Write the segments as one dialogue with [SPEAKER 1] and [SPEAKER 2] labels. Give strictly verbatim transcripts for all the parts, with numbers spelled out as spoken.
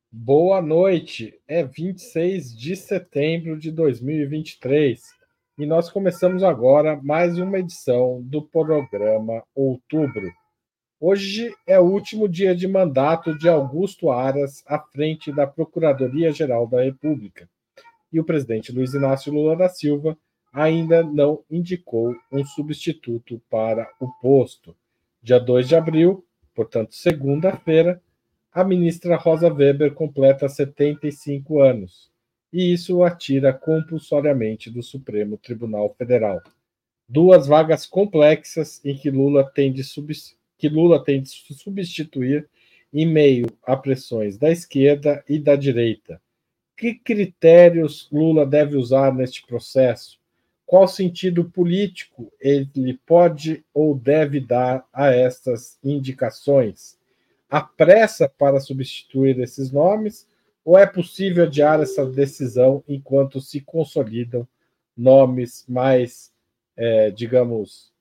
[SPEAKER 1] Boa noite, é vinte e seis de setembro de dois mil e vinte e três e nós começamos agora mais uma edição do programa Outubro. Hoje é o último dia de mandato de Augusto Aras à frente da Procuradoria-Geral da República e o presidente Luiz Inácio Lula da Silva ainda não indicou um substituto para o posto. Dia dois de abril, portanto, segunda-feira, a ministra Rosa Weber completa setenta e cinco anos, e isso a tira compulsoriamente do Supremo Tribunal Federal. Duas vagas complexas em que Lula tem de, subs- que Lula tem de substituir em meio a pressões da esquerda e da direita. Que critérios Lula deve usar neste processo? Qual sentido político ele pode ou deve dar a estas indicações? Há pressa para substituir esses nomes ou é possível adiar essa decisão enquanto se consolidam nomes mais, é, digamos,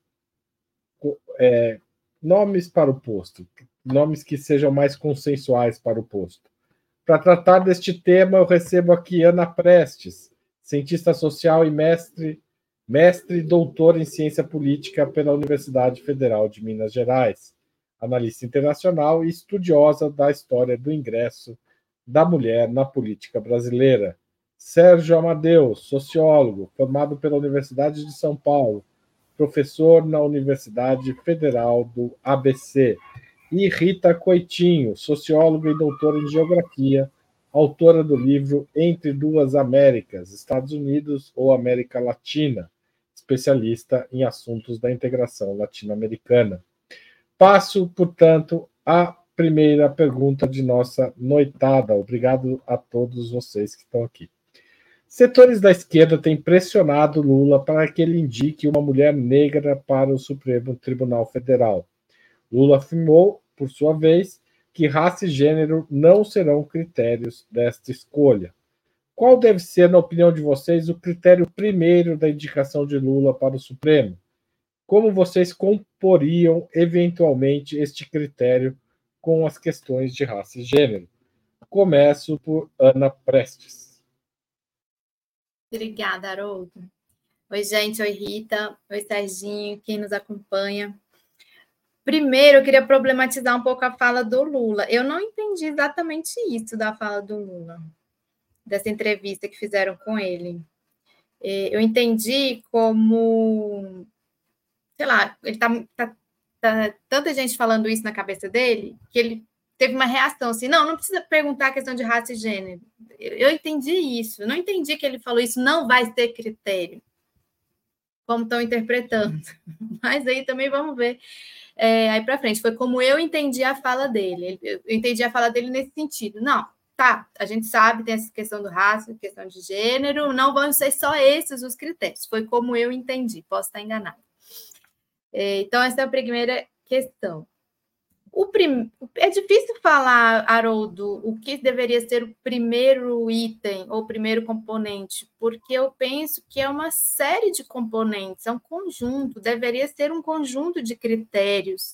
[SPEAKER 1] é, nomes para o posto, nomes que sejam mais consensuais para o posto? Para tratar deste tema, eu recebo aqui Ana Prestes, cientista social e mestre, mestre e doutora em ciência política pela Universidade Federal de Minas Gerais, analista internacional e estudiosa da história do ingresso da mulher na política brasileira. Sérgio Amadeu, sociólogo, formado pela Universidade de São Paulo, professor na Universidade Federal do A B C. E Rita Coitinho, socióloga e doutora em geografia, autora do livro Entre Duas Américas, Estados Unidos ou América Latina, especialista em assuntos da integração latino-americana. Passo, portanto, à primeira pergunta de nossa noitada. Obrigado a todos vocês que estão aqui. Setores da esquerda têm pressionado Lula para que ele indique uma mulher negra para o Supremo Tribunal Federal. Lula afirmou, por sua vez, que raça e gênero não serão critérios desta escolha. Qual deve ser, na opinião de vocês, o critério primeiro da indicação de Lula para o Supremo? Como vocês comporiam, eventualmente, este critério com as questões de raça e gênero? Começo por Ana Prestes.
[SPEAKER 2] Obrigada, Haroldo. Oi, gente. Oi, Rita. Oi, Serginho, quem nos acompanha. Primeiro, eu queria problematizar um pouco a fala do Lula. Eu não entendi exatamente isso da fala do Lula, dessa entrevista que fizeram com ele. Eu entendi como, sei lá, ele tá, tá, tá tanta gente falando isso na cabeça dele que ele teve uma reação assim, não, não precisa perguntar a questão de raça e gênero. Eu, eu entendi isso, eu não entendi que ele falou isso, não vai ter critério, como estão interpretando. Mas aí também vamos ver é, aí para frente. Foi como eu entendi a fala dele. Eu entendi a fala dele nesse sentido. Não, tá, a gente sabe, tem essa questão do raça, questão de gênero, não vão ser só esses os critérios. Foi como eu entendi, posso estar enganada. É, então, essa é a primeira questão. O prim... É difícil falar, Haroldo, o que deveria ser o primeiro item ou o primeiro componente, porque eu penso que é uma série de componentes, é um conjunto, deveria ser um conjunto de critérios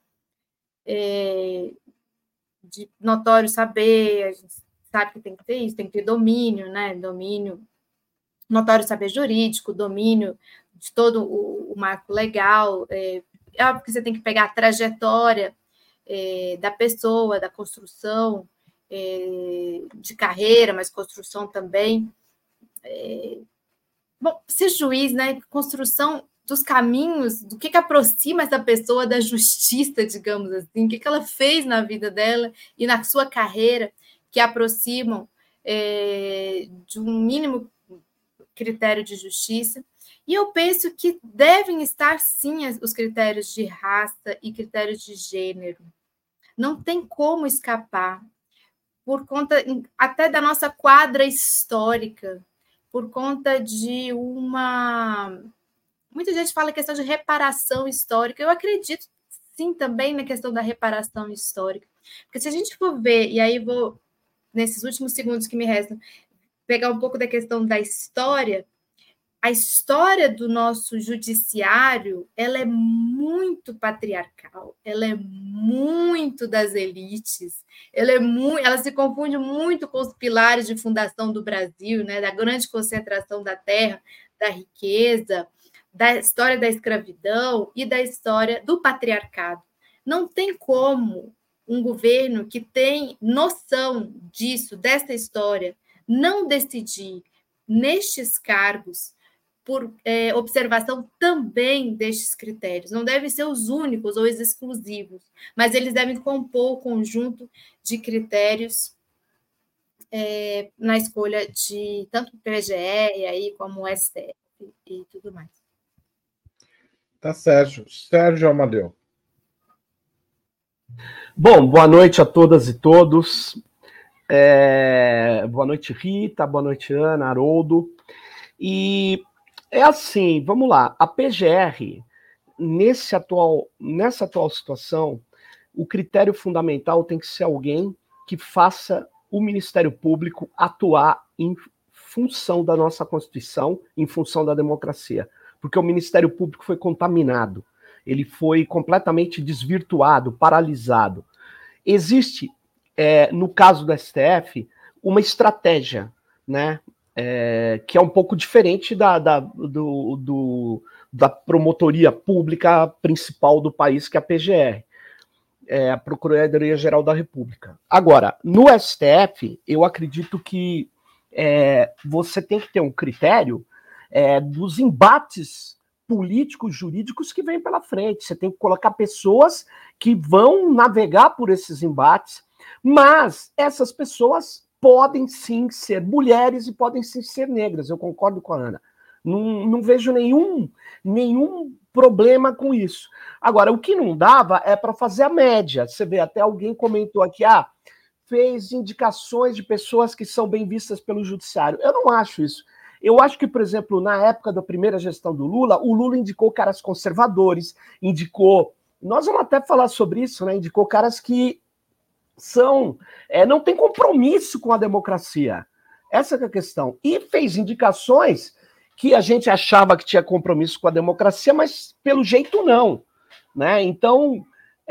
[SPEAKER 2] é, de notório saber, a gente sabe que tem que ter isso, tem que ter domínio, né? Domínio, notório saber jurídico, domínio de todo o, o marco legal, é, é óbvio que você tem que pegar a trajetória É, da pessoa, da construção é, de carreira, mas construção também. É, bom, ser juiz, né? Construção dos caminhos, do que, que aproxima essa pessoa da justiça, digamos assim, o que, que ela fez na vida dela e na sua carreira que aproximam é, de um mínimo critério de justiça. E eu penso que devem estar, sim, os critérios de raça e critérios de gênero. Não tem como escapar, por conta até da nossa quadra histórica, por conta de uma... Muita gente fala questão de reparação histórica. Eu acredito, sim, também na questão da reparação histórica. Porque se a gente for ver, e aí vou, nesses últimos segundos que me restam, pegar um pouco da questão da história, a história do nosso judiciário ela é muito muito patriarcal, ela é muito das elites, ela, é muito, ela se confunde muito com os pilares de fundação do Brasil, né, da grande concentração da terra, da riqueza, da história da escravidão e da história do patriarcado. Não tem como um governo que tem noção disso, dessa história, não decidir nestes cargos por é, observação também destes critérios. Não devem ser os únicos ou os exclusivos, mas eles devem compor o conjunto de critérios é, na escolha de tanto o P G E aí, como o S T F e tudo mais.
[SPEAKER 1] Tá, Sérgio. Sérgio Amadeu.
[SPEAKER 3] Bom, boa noite a todas e todos. É, boa noite, Rita, boa noite, Ana, Haroldo. E é assim, vamos lá, a P G R, nesse atual, nessa atual situação, o critério fundamental tem que ser alguém que faça o Ministério Público atuar em função da nossa Constituição, em função da democracia. Porque o Ministério Público foi contaminado, ele foi completamente desvirtuado, paralisado. Existe, é, no caso do S T F, uma estratégia, né, é, que é um pouco diferente da, da, do, do, da promotoria pública principal do país, que é a P G R, é, a Procuradoria-Geral da República. Agora, no S T F, eu acredito que é, você tem que ter um critério é, dos embates políticos, jurídicos que vêm pela frente. Você tem que colocar pessoas que vão navegar por esses embates, mas essas pessoas podem sim ser mulheres e podem sim ser negras. Eu concordo com a Ana. Não, não vejo nenhum, nenhum problema com isso. Agora, o que não dava é para fazer a média. Você vê, até alguém comentou aqui, ah, fez indicações de pessoas que são bem vistas pelo judiciário. Eu não acho isso. Eu acho que, por exemplo, na época da primeira gestão do Lula, o Lula indicou caras conservadores, indicou... Nós vamos até falar sobre isso, né? Indicou caras que são... É, não tem compromisso com a democracia. Essa é a questão. E fez indicações que a gente achava que tinha compromisso com a democracia, mas pelo jeito não, né? Então,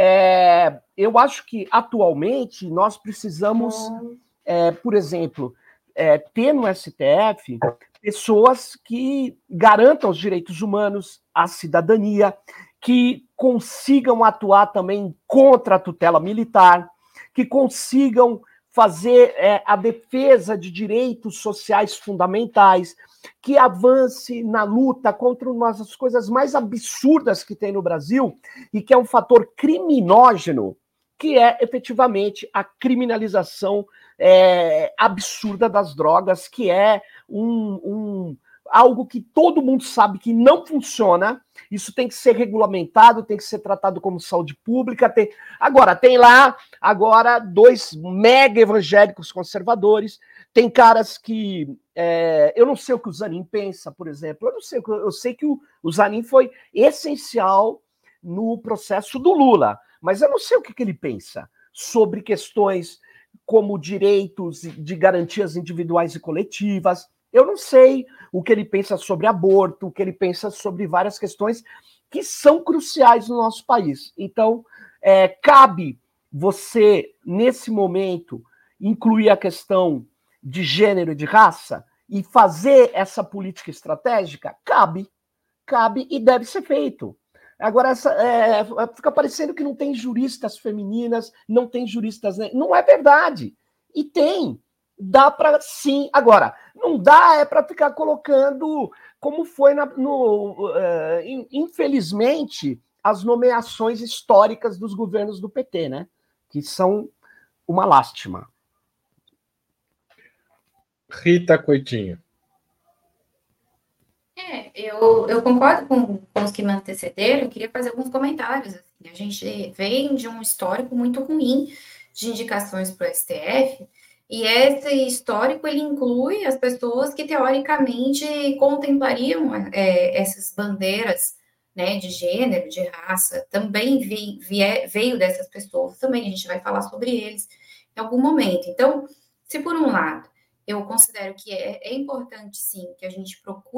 [SPEAKER 3] é, eu acho que atualmente nós precisamos, é, por exemplo, é, ter no S T F pessoas que garantam os direitos humanos, a cidadania, que consigam atuar também contra a tutela militar, que consigam fazer é, a defesa de direitos sociais fundamentais, que avance na luta contra uma das coisas mais absurdas que tem no Brasil e que é um fator criminógeno, que é efetivamente a criminalização é, absurda das drogas, que é um, um, algo que todo mundo sabe que não funciona. Isso tem que ser regulamentado, tem que ser tratado como saúde pública. Tem... Agora, tem lá agora dois mega evangélicos conservadores, tem caras que... É, eu não sei o que o Zanin pensa, por exemplo, eu não sei, eu sei que o, o Zanin foi essencial no processo do Lula, mas eu não sei o que, que ele pensa sobre questões como direitos de garantias individuais e coletivas. Eu não sei o que ele pensa sobre aborto, o que ele pensa sobre várias questões que são cruciais no nosso país. Então, é, cabe você, nesse momento, incluir a questão de gênero e de raça e fazer essa política estratégica? Cabe, cabe e deve ser feito. Agora, essa, é, fica parecendo que não tem juristas femininas, não tem juristas... Né? Não é verdade. E tem. Dá para sim. Agora, não dá é para ficar colocando, como foi na, no, uh, infelizmente, as nomeações históricas dos governos do P T, né? Que são uma lástima.
[SPEAKER 1] Rita Coitinho.
[SPEAKER 4] É, eu, eu concordo com, com os que me antecederam, eu queria fazer alguns comentários. Assim. A gente vem de um histórico muito ruim de indicações para o S T F, e esse histórico ele inclui as pessoas que teoricamente contemplariam é, essas bandeiras, né, de gênero, de raça, também vi, vie, veio dessas pessoas, também a gente vai falar sobre eles em algum momento. Então, se por um lado eu considero que é, é importante sim que a gente procure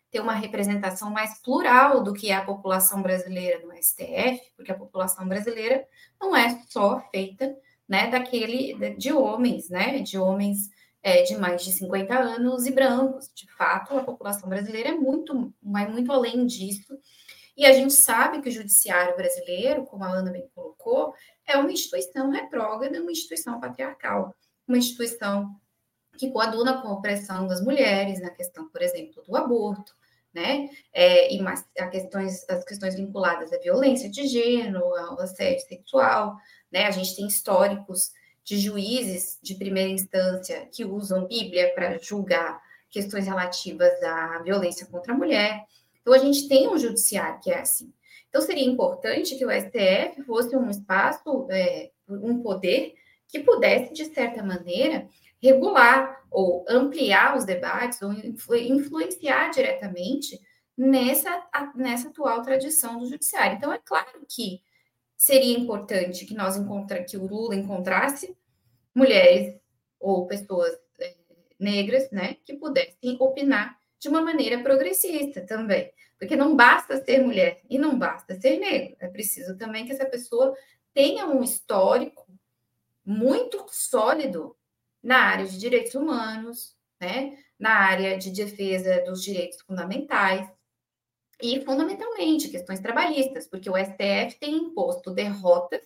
[SPEAKER 4] ter uma representação mais plural do que é a população brasileira no S T F, porque a população brasileira não é só feita, né, daquele, de homens, né, de homens é, de mais de cinquenta anos e brancos. De fato, a população brasileira é muito, vai muito além disso. E a gente sabe que o judiciário brasileiro, como a Ana bem colocou, é uma instituição retrógrada, uma instituição patriarcal, uma instituição que coaduna com a opressão das mulheres, na questão, por exemplo, do aborto, né? É, e mais, a questões, as questões vinculadas à violência de gênero, ao assédio sexual, né? A gente tem históricos de juízes de primeira instância que usam Bíblia para julgar questões relativas à violência contra a mulher. Então, a gente tem um judiciário que é assim. Então, seria importante que o S T F fosse um espaço, é, um poder que pudesse, de certa maneira, regular ou ampliar os debates ou influenciar diretamente nessa, nessa atual tradição do judiciário. Então, é claro que seria importante que nós encontra, que o Lula encontrasse mulheres ou pessoas é, negras, né, que pudessem opinar de uma maneira progressista também. Porque não basta ser mulher e não basta ser negro. É preciso também que essa pessoa tenha um histórico muito sólido na área de direitos humanos, né, na área de defesa dos direitos fundamentais e, fundamentalmente, questões trabalhistas, porque o S T F tem imposto derrotas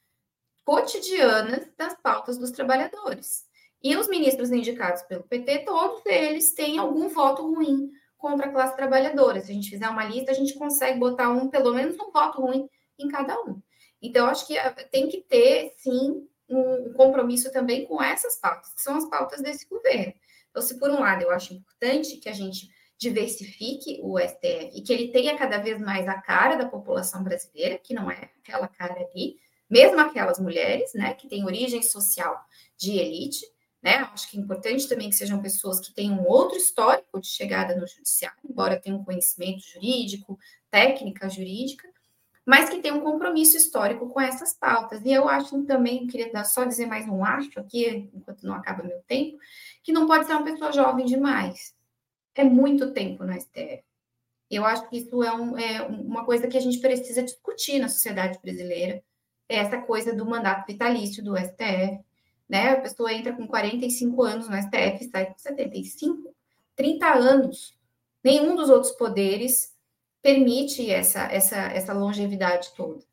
[SPEAKER 4] cotidianas das pautas dos trabalhadores. E os ministros indicados pelo P T, todos eles têm algum voto ruim contra a classe trabalhadora. Se a gente fizer uma lista, a gente consegue botar um, pelo menos um voto ruim em cada um. Então, acho que tem que ter, sim, um compromisso também com essas pautas, que são as pautas desse governo. Então, se por um lado eu acho importante que a gente diversifique o S T F e que ele tenha cada vez mais a cara da população brasileira, que não é aquela cara ali, mesmo aquelas mulheres, né, que têm origem social de elite, né, acho que é importante também que sejam pessoas que tenham um outro histórico de chegada no judiciário, embora tenham conhecimento jurídico, técnica jurídica, mas que tenham um compromisso histórico com essas pautas. E eu acho também, queria só dizer mais um acho aqui, enquanto não acaba meu tempo, que não pode ser uma pessoa jovem demais. É muito tempo no S T F. Eu acho que isso é, um, é uma coisa que a gente precisa discutir na sociedade brasileira, é essa coisa do mandato vitalício do S T F, né? A pessoa entra com quarenta e cinco anos no S T F e sai com setenta e cinco, trinta anos. Nenhum dos outros poderes permite essa, essa, essa longevidade toda.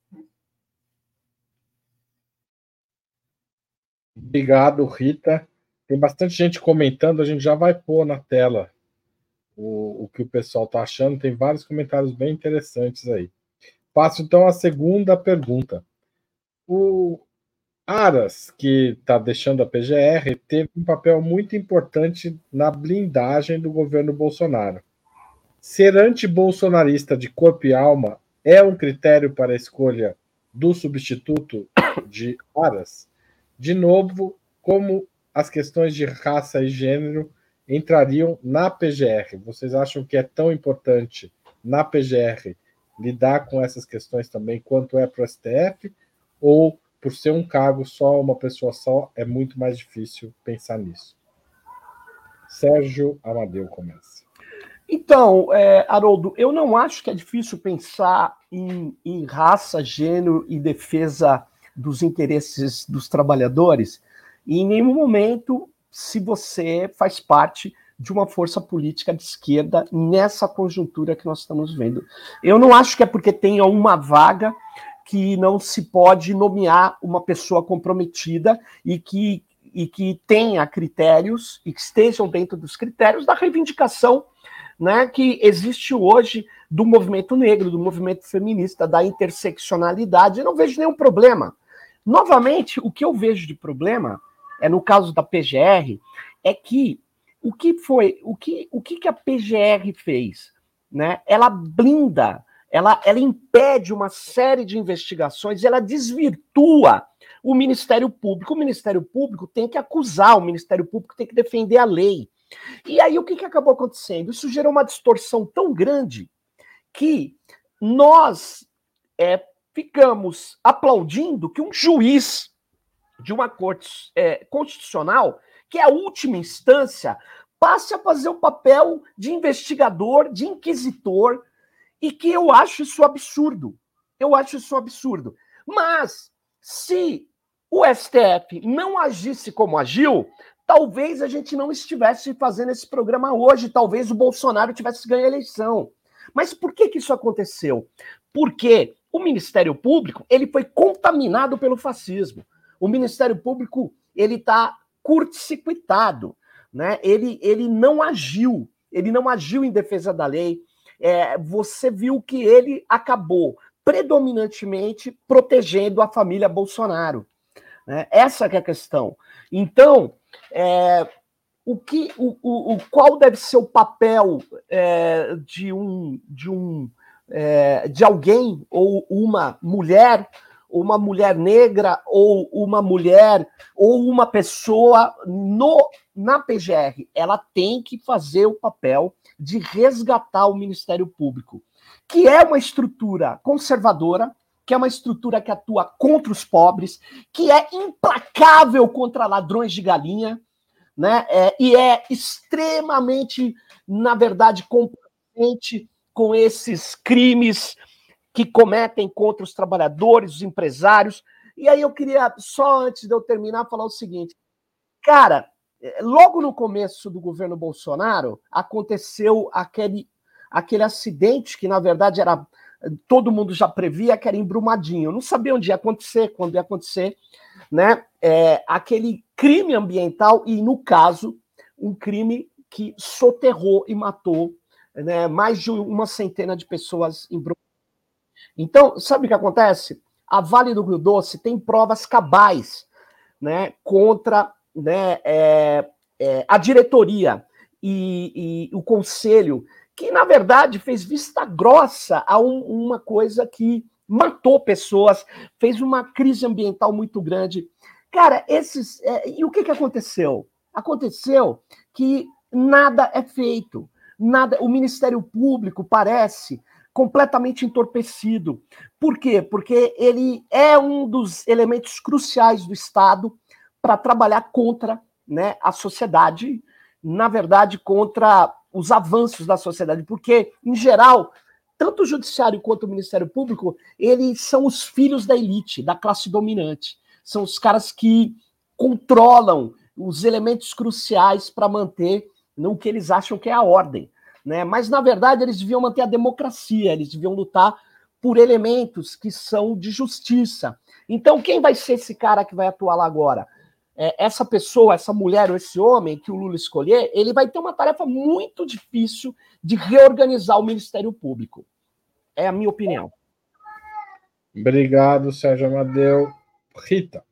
[SPEAKER 1] Obrigado, Rita. Tem bastante gente comentando, a gente já vai pôr na tela o, o que o pessoal está achando, tem vários comentários bem interessantes aí. Passo então a segunda pergunta. O Aras, que está deixando a P G R, teve um papel muito importante na blindagem do governo Bolsonaro. Ser anti-bolsonarista de corpo e alma é um critério para a escolha do substituto de Aras? De novo, como as questões de raça e gênero entrariam na P G R? Vocês acham que é tão importante na P G R lidar com essas questões também quanto é para o S T F? Ou, por ser um cargo só, uma pessoa só, é muito mais difícil pensar nisso? Sérgio Amadeu começa.
[SPEAKER 3] Então, é, Haroldo, eu não acho que é difícil pensar em, em raça, gênero e defesa dos interesses dos trabalhadores, e em nenhum momento se você faz parte de uma força política de esquerda nessa conjuntura que nós estamos vendo. Eu não acho que é porque tenha uma vaga que não se pode nomear uma pessoa comprometida e que, e que tenha critérios e que estejam dentro dos critérios da reivindicação, né, que existe hoje do movimento negro, do movimento feminista, da interseccionalidade. Eu não vejo nenhum problema. Novamente, o que eu vejo de problema, é no caso da P G R, é que o que foi, o que, o que, que a P G R fez? Né? Ela blinda, ela, ela impede uma série de investigações, ela desvirtua o Ministério Público. O Ministério Público tem que acusar, o Ministério Público tem que defender a lei. E aí o que, que acabou acontecendo? Isso gerou uma distorção tão grande que nós é, ficamos aplaudindo que um juiz de uma corte é, constitucional, que é a última instância, passe a fazer o papel de investigador, de inquisitor, e que eu acho isso absurdo. Eu acho isso absurdo. Mas, se o S T F não agisse como agiu, talvez a gente não estivesse fazendo esse programa hoje, talvez o Bolsonaro tivesse ganho a eleição. Mas por que que isso aconteceu? Porque o Ministério Público, ele foi contaminado pelo fascismo. O Ministério Público, ele está curto-circuitado, né? Ele, ele não agiu, ele não agiu em defesa da lei. É, você viu que ele acabou predominantemente protegendo a família Bolsonaro, né? Essa que é a questão. Então, é, o que, o, o, o, qual deve ser o papel é, de um, de um, é, de alguém ou uma mulher, uma mulher negra ou uma mulher ou uma pessoa no, na P G R? Ela tem que fazer o papel de resgatar o Ministério Público, que é uma estrutura conservadora, que é uma estrutura que atua contra os pobres, que é implacável contra ladrões de galinha, né? É, e é extremamente, na verdade, complacente com esses crimes que cometem contra os trabalhadores, os empresários. E aí eu queria, só antes de eu terminar, falar o seguinte. Cara, logo no começo do governo Bolsonaro, aconteceu aquele, aquele acidente que, na verdade, era todo mundo já previa, que era em Brumadinho. Eu não sabia onde ia acontecer, quando ia acontecer, né? É, aquele crime ambiental e, no caso, um crime que soterrou e matou, né, mais de uma centena de pessoas em Brumadinho. Então, sabe o que acontece? A Vale do Rio Doce tem provas cabais, né, contra, né, é, é, a diretoria e, e o conselho, que, na verdade, fez vista grossa a um, uma coisa que matou pessoas, fez uma crise ambiental muito grande. Cara, esses... É, e o que, que aconteceu? Aconteceu que nada é feito. Nada, o Ministério Público parece completamente entorpecido. Por quê? Porque ele é um dos elementos cruciais do Estado para trabalhar contra, né, a sociedade, na verdade, contra os avanços da sociedade, porque, em geral, tanto o Judiciário quanto o Ministério Público, eles são os filhos da elite, da classe dominante. São os caras que controlam os elementos cruciais para manter o que eles acham que é a ordem, né? Mas, na verdade, eles deviam manter a democracia, eles deviam lutar por elementos que são de justiça. Então, quem vai ser esse cara que vai atuar lá agora? É, essa pessoa, essa mulher ou esse homem que o Lula escolher, ele vai ter uma tarefa muito difícil de reorganizar o Ministério Público. É a minha opinião.
[SPEAKER 1] Obrigado, Sérgio Amadeu. Rita.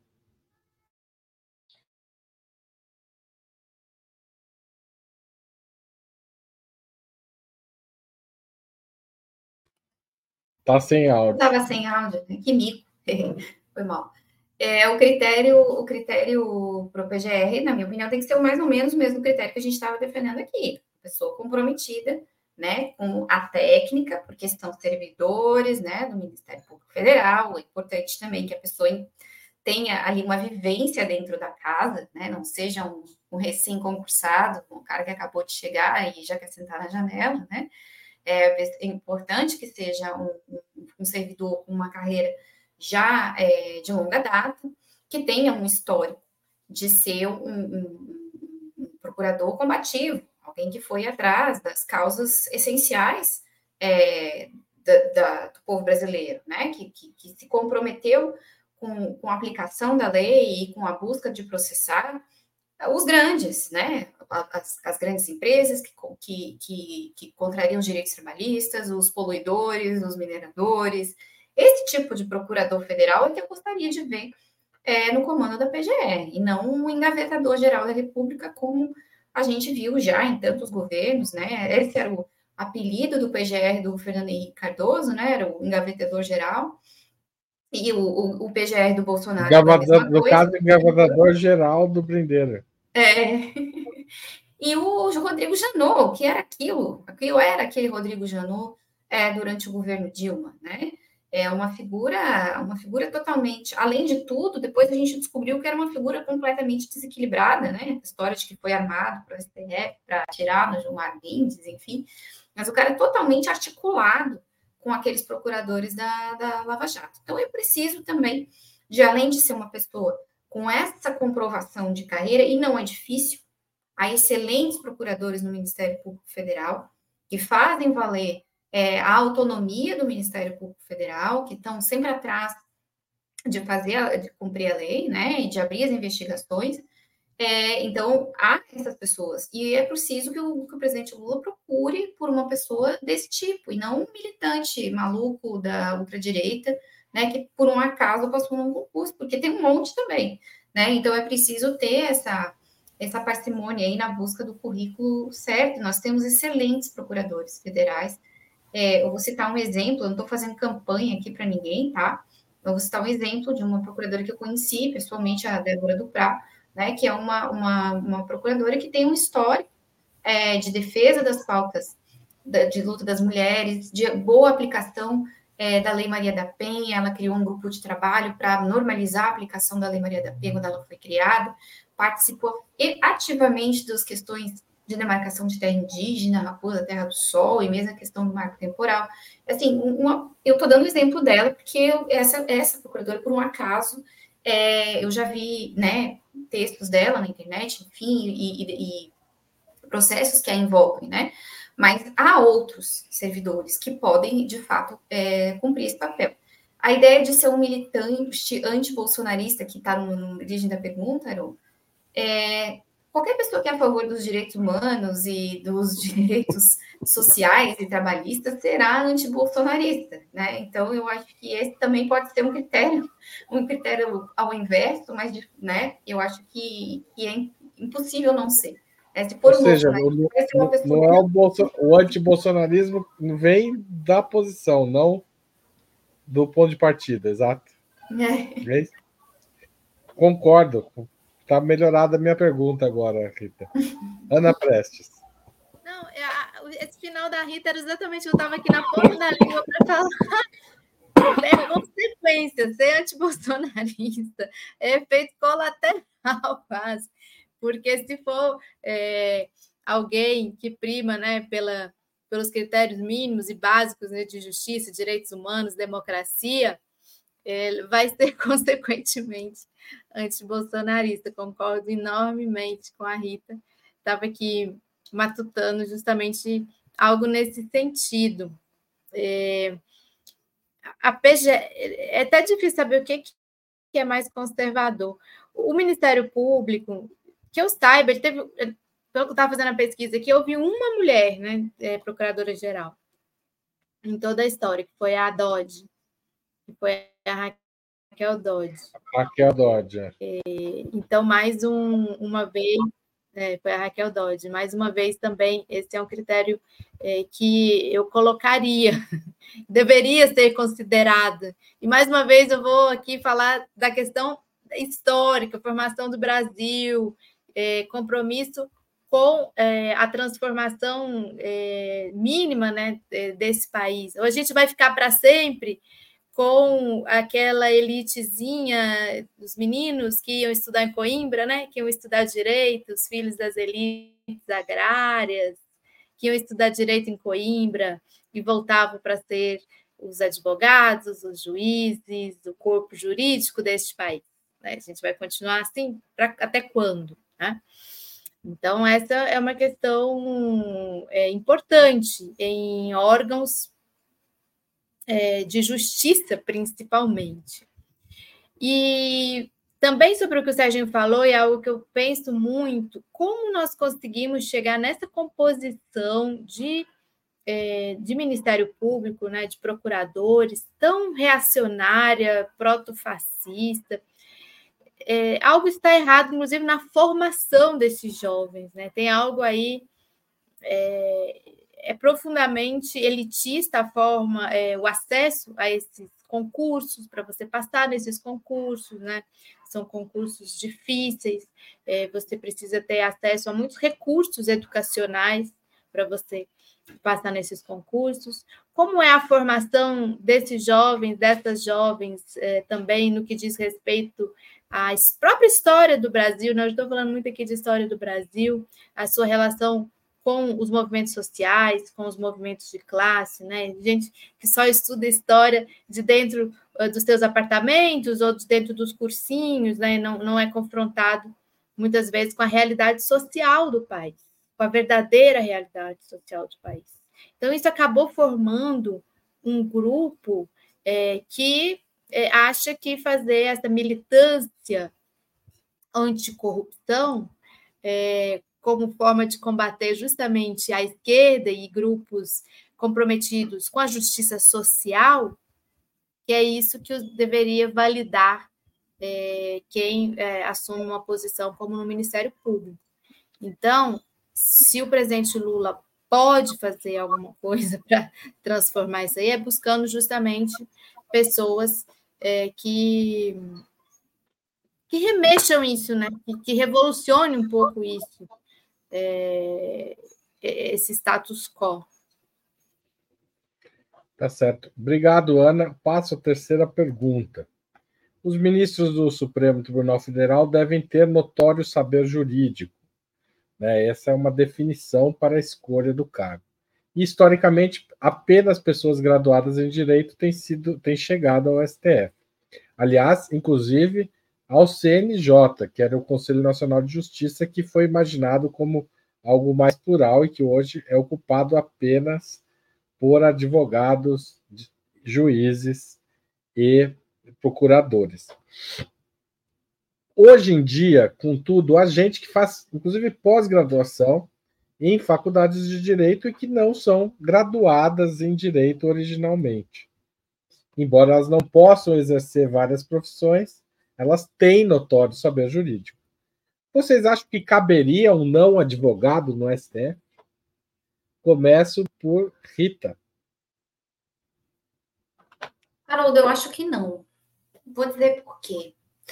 [SPEAKER 1] Tá sem áudio.
[SPEAKER 4] Estava sem áudio, que mico. Foi mal. É, o critério, o critério para o P G R, na minha opinião, tem que ser mais ou menos o mesmo critério que a gente estava defendendo aqui. Pessoa comprometida, né, com a técnica, porque são servidores, né, do Ministério Público Federal. É importante também que a pessoa tenha ali uma vivência dentro da casa, né, não seja um, um recém-concursado, um cara que acabou de chegar e já quer sentar na janela, né. É importante que seja um, um, um servidor com uma carreira já é, de longa data, que tenha um histórico de ser um, um, um procurador combativo, alguém que foi atrás das causas essenciais é, da, da, do povo brasileiro, né? que, que, que se comprometeu com, com a aplicação da lei e com a busca de processar os grandes, né? As, as grandes empresas que, que, que, que contrariam os direitos trabalhistas, os poluidores, os mineradores. Esse tipo de procurador federal é que eu gostaria de ver é, no comando da P G R, e não um engavetador-geral da República, como a gente viu já em tantos governos, né? Esse era o apelido do P G R do Fernando Henrique Cardoso, né? Era o engavetador-geral. E o, o, o P G R do Bolsonaro.
[SPEAKER 1] Gavador, no caso, engavetador-geral do Brindeiro.
[SPEAKER 4] É. E o Rodrigo Janot, o que era aquilo? Aquilo era aquele Rodrigo Janot é, durante o governo Dilma, né? é uma figura, uma figura totalmente, além de tudo, depois a gente descobriu que era uma figura completamente desequilibrada, né? A história de que foi armado para o S T F, para atirar no Gilmar Mendes, enfim, mas o cara é totalmente articulado com aqueles procuradores da, da Lava Jato. Então, eu preciso também, de além de ser uma pessoa com essa comprovação de carreira, e não é difícil, há excelentes procuradores no Ministério Público Federal que fazem valer é, a autonomia do Ministério Público Federal, que estão sempre atrás de fazer, a, de cumprir a lei, né, e de abrir as investigações. É, então, há essas pessoas. E é preciso que o, que o presidente Lula procure por uma pessoa desse tipo, e não um militante maluco da ultradireita, né, que por um acaso passou num concurso, porque tem um monte também, né? Então, é preciso ter essa, essa parcimônia aí na busca do currículo certo. Nós temos excelentes procuradores federais. É, eu vou citar um exemplo, eu não estou fazendo campanha aqui para ninguém, tá? Eu vou citar um exemplo de uma procuradora que eu conheci, pessoalmente, a Débora Duprá, né, que é uma, uma, uma procuradora que tem um histórico é, de defesa das pautas da, de luta das mulheres, de boa aplicação é, da Lei Maria da Penha. Ela criou um grupo de trabalho para normalizar a aplicação da Lei Maria da Penha quando ela foi criada, participou ativamente das questões de demarcação de terra indígena, Raposa, Terra do Sol, e mesmo a questão do marco temporal. Assim, uma, eu estou dando o exemplo dela, porque eu, essa, essa procuradora, por um acaso, é, eu já vi, né, textos dela na internet, enfim, e, e, e processos que a envolvem, né? Mas há outros servidores que podem, de fato, é, cumprir esse papel. A ideia de ser um militante anti-bolsonarista, que está no, no origem da pergunta, Haroldo, é, qualquer pessoa que é a favor dos direitos humanos e dos direitos sociais e trabalhistas será anti-bolsonarista, né? Então, eu acho que esse também pode ser um critério, um critério ao inverso, mas, né, eu acho que, que é impossível não ser. É, se for
[SPEAKER 1] Ou
[SPEAKER 4] um
[SPEAKER 1] seja,
[SPEAKER 4] bolsonarista, vai ser uma pessoa
[SPEAKER 1] não é o, bolso, o antibolsonarismo vem da posição, não do ponto de partida, exato.
[SPEAKER 4] É.
[SPEAKER 1] É isso? Concordo. Está melhorada a minha pergunta agora, Rita. Ana Prestes.
[SPEAKER 2] Não, esse final da Rita era exatamente, eu estava aqui na ponta da língua para falar. É consequência, ser antibolsonarista é efeito colateral, quase. Porque se for é, alguém que prima, né, pela, pelos critérios mínimos e básicos, né, de justiça, direitos humanos, democracia, é, vai ser, consequentemente, antibolsonarista. Concordo enormemente com a Rita. Estava aqui matutando justamente algo nesse sentido. É, a P G, é até difícil saber o que, que é mais conservador. O Ministério Público, que eu saiba, ele teve, pelo que eu estava fazendo a pesquisa aqui, eu vi uma mulher, né, é, procuradora-geral, em toda a história, que foi a Dodge, que foi a Raquel Dodge.
[SPEAKER 1] Raquel Dodge.
[SPEAKER 2] É, então, mais um, uma vez, é, foi a Raquel Dodge, mais uma vez também, esse é um critério é, que eu colocaria, deveria ser considerada. E, mais uma vez, eu vou aqui falar da questão histórica, formação do Brasil, é, compromisso com é, a transformação é, mínima, né, desse país. Ou a gente vai ficar para sempre com aquela elitezinha dos meninos que iam estudar em Coimbra, né, que iam estudar direito, os filhos das elites agrárias, que iam estudar direito em Coimbra e voltavam para ser os advogados, os juízes, o corpo jurídico deste país. Né? A gente vai continuar assim pra, até quando? Né? Então, essa é uma questão é, importante em órgãos é, de justiça, principalmente. E também sobre o que o Serginho falou, e é algo que eu penso muito, como nós conseguimos chegar nessa composição de, é, de Ministério Público, né, de procuradores, tão reacionária, protofascista. É, algo está errado, inclusive, na formação desses jovens. Né? Tem algo aí... É, é profundamente elitista a forma, é, o acesso a esses concursos, para você passar nesses concursos, né? São concursos difíceis, é, você precisa ter acesso a muitos recursos educacionais para você passar nesses concursos? Como é a formação desses jovens, dessas jovens, é, também no que diz respeito à própria história do Brasil? Nós estou falando muito aqui de história do Brasil, a sua relação com os movimentos sociais, com os movimentos de classe, né? Gente que só estuda história de dentro uh, dos seus apartamentos ou de dentro dos cursinhos, né? Não, não é confrontado, muitas vezes, com a realidade social do país, com a verdadeira realidade social do país. Então, isso acabou formando um grupo é, que é, acha que fazer essa militância anticorrupção é, como forma de combater justamente a esquerda e grupos comprometidos com a justiça social, que é isso que deveria validar é, quem é, assume uma posição como no Ministério Público. Então, se o presidente Lula pode fazer alguma coisa para transformar isso aí, é buscando justamente pessoas é, que, que remexam isso, né? que, que revolucione um pouco isso. É, esse status quo.
[SPEAKER 1] Tá certo. Obrigado, Ana. Passo a terceira pergunta. Os ministros do Supremo Tribunal Federal devem ter notório saber jurídico, né? Essa é uma definição para a escolha do cargo. E, historicamente, apenas pessoas graduadas em direito têm sido, têm chegado ao S T F. Aliás, inclusive ao C N J, que era o Conselho Nacional de Justiça, que foi imaginado como algo mais plural e que hoje é ocupado apenas por advogados, juízes e procuradores. Hoje em dia, contudo, há gente que faz, inclusive, pós-graduação em faculdades de direito e que não são graduadas em direito originalmente. Embora elas não possam exercer várias profissões, elas têm notório saber jurídico. Vocês acham que caberia um não advogado no S T F? Começo por Rita.
[SPEAKER 4] Haroldo, eu acho que não. Vou dizer por quê.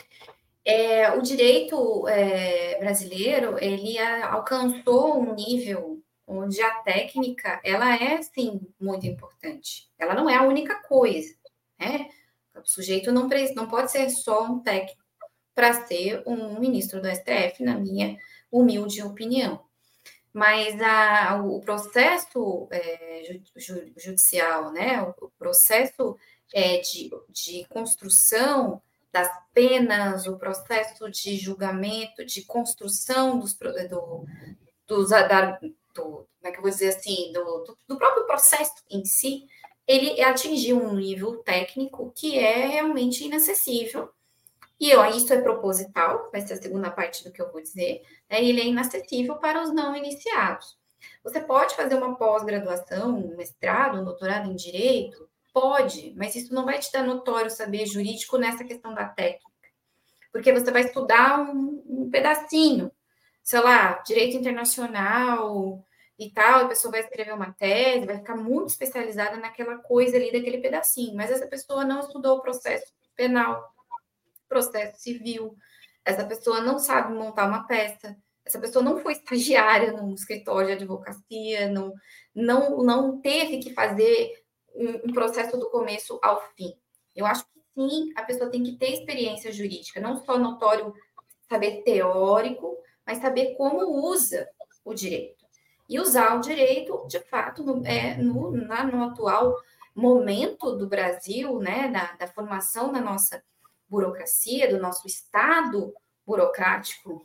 [SPEAKER 4] É, o direito é, brasileiro, ele a, alcançou um nível onde a técnica, ela é, sim, muito importante. Ela não é a única coisa, né? O sujeito não, não pode ser só um técnico para ser um ministro do S T F, na minha humilde opinião. Mas a, o processo é, judicial, né? O processo é, de, de construção das penas, o processo de julgamento, de construção dos, do, dos, da, do, como é que eu vou dizer assim, do, do, do próprio processo em si, ele atingiu um nível técnico que é realmente inacessível. E ó, isso é proposital, vai ser a segunda parte do que eu vou dizer, né? Ele é inacessível para os não iniciados. Você pode fazer uma pós-graduação, um mestrado, um doutorado em direito? Pode, mas isso não vai te dar notório saber jurídico nessa questão da técnica. Porque você vai estudar um, um pedacinho, sei lá, direito internacional e tal, a pessoa vai escrever uma tese, vai ficar muito especializada naquela coisa ali, daquele pedacinho, mas essa pessoa não estudou o processo penal, processo civil, essa pessoa não sabe montar uma peça, essa pessoa não foi estagiária num escritório de advocacia, não, não, não teve que fazer um, um processo do começo ao fim. Eu acho que sim, a pessoa tem que ter experiência jurídica, não só notório saber teórico, mas saber como usa o direito. E usar o direito, de fato, no, é, no, na, no atual momento do Brasil, né, da, da formação da nossa burocracia, do nosso Estado burocrático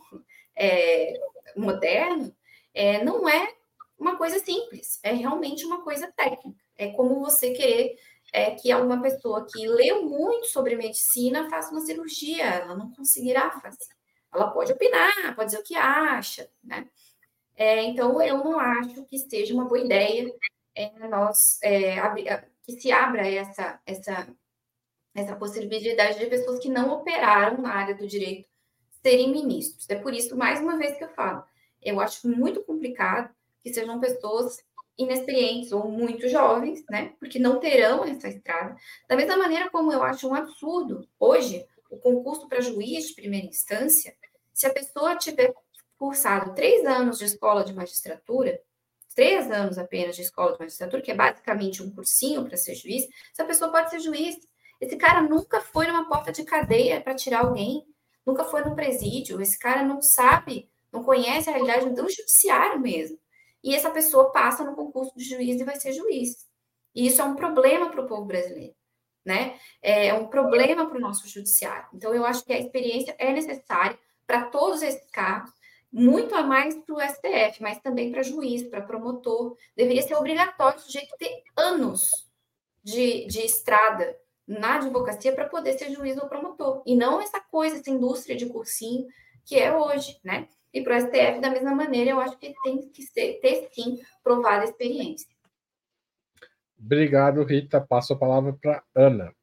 [SPEAKER 4] é, moderno, é, não é uma coisa simples, é realmente uma coisa técnica. É como você querer é, que alguma pessoa que leu muito sobre medicina faça uma cirurgia, ela não conseguirá fazer. Ela pode opinar, pode dizer o que acha, né? É, então, eu não acho que seja uma boa ideia é, nós, é, que se abra essa, essa essa possibilidade de pessoas que não operaram na área do direito serem ministros. É por isso, mais uma vez que eu falo, eu acho muito complicado que sejam pessoas inexperientes ou muito jovens, né? Porque não terão essa estrada. Da mesma maneira como eu acho um absurdo, hoje, o concurso para juiz de primeira instância, se a pessoa tiver cursado três anos de escola de magistratura, três anos apenas de escola de magistratura, que é basicamente um cursinho para ser juiz, essa pessoa pode ser juiz. Esse cara nunca foi numa porta de cadeia para tirar alguém, nunca foi num presídio, esse cara não sabe, não conhece a realidade do judiciário mesmo. E essa pessoa passa no concurso de juiz e vai ser juiz. E isso é um problema para o povo brasileiro, né? É um problema para o nosso judiciário. Então, eu acho que a experiência é necessária para todos esses cargos, muito a mais para o S T F, mas também para juiz, para promotor. Deveria ser obrigatório o sujeito ter anos de, de estrada na advocacia para poder ser juiz ou promotor. E não essa coisa, essa indústria de cursinho que é hoje, né? E para o S T F, da mesma maneira, eu acho que tem que ser, ter, sim, provada a experiência.
[SPEAKER 1] Obrigado, Rita. Passo a palavra para Ana.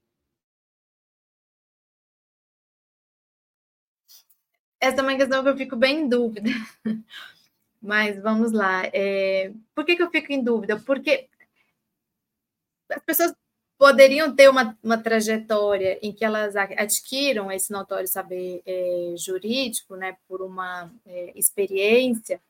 [SPEAKER 2] Essa é uma questão que eu fico bem em dúvida. Mas vamos lá. É... Por que, que eu fico em dúvida? Porque as pessoas poderiam ter uma, uma trajetória em que elas adquiram esse notório saber é, jurídico, né, por uma é, experiência,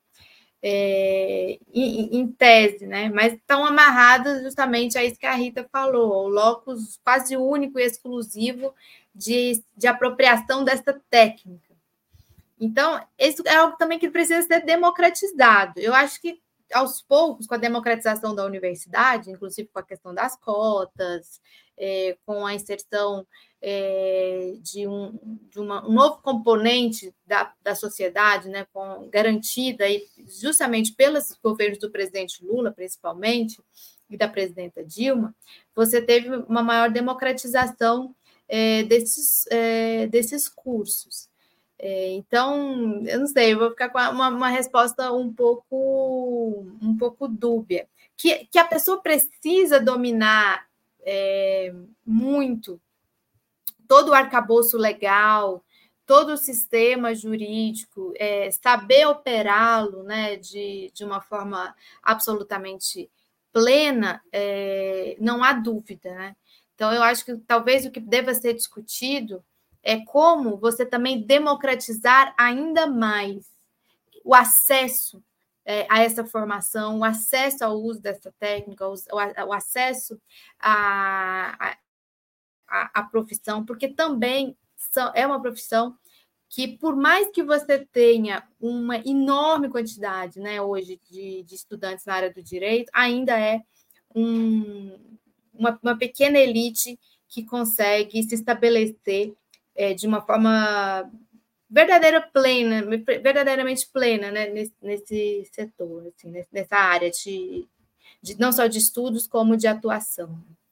[SPEAKER 2] é, em, em tese, né, mas estão amarradas justamente a isso que a Rita falou, o locus quase único e exclusivo de, de apropriação dessa técnica. Então, isso é algo também que precisa ser democratizado. Eu acho que, aos poucos, com a democratização da universidade, inclusive com a questão das cotas, é, com a inserção é, de, um, de uma, um novo componente da, da sociedade, né, com, garantida aí, justamente pelos governos do presidente Lula, principalmente, e da presidenta Dilma, você teve uma maior democratização é, desses, é, desses cursos. É, então, eu não sei, eu vou ficar com uma, uma resposta um pouco, um pouco dúbia. Que, que a pessoa precisa dominar é, muito todo o arcabouço legal, todo o sistema jurídico, é, saber operá-lo, né, de, de uma forma absolutamente plena, é, não há dúvida, né? Então, eu acho que talvez o que deva ser discutido é como você também democratizar ainda mais o acesso é, a essa formação, o acesso ao uso dessa técnica, o, o acesso à, à, à profissão, porque também são, é uma profissão que, por mais que você tenha uma enorme quantidade, né, hoje de, de estudantes na área do direito, ainda é um, uma, uma pequena elite que consegue se estabelecer é, de uma forma verdadeira plena, verdadeiramente plena, né, nesse, nesse setor, assim, nessa área de, de não só de estudos, como de atuação.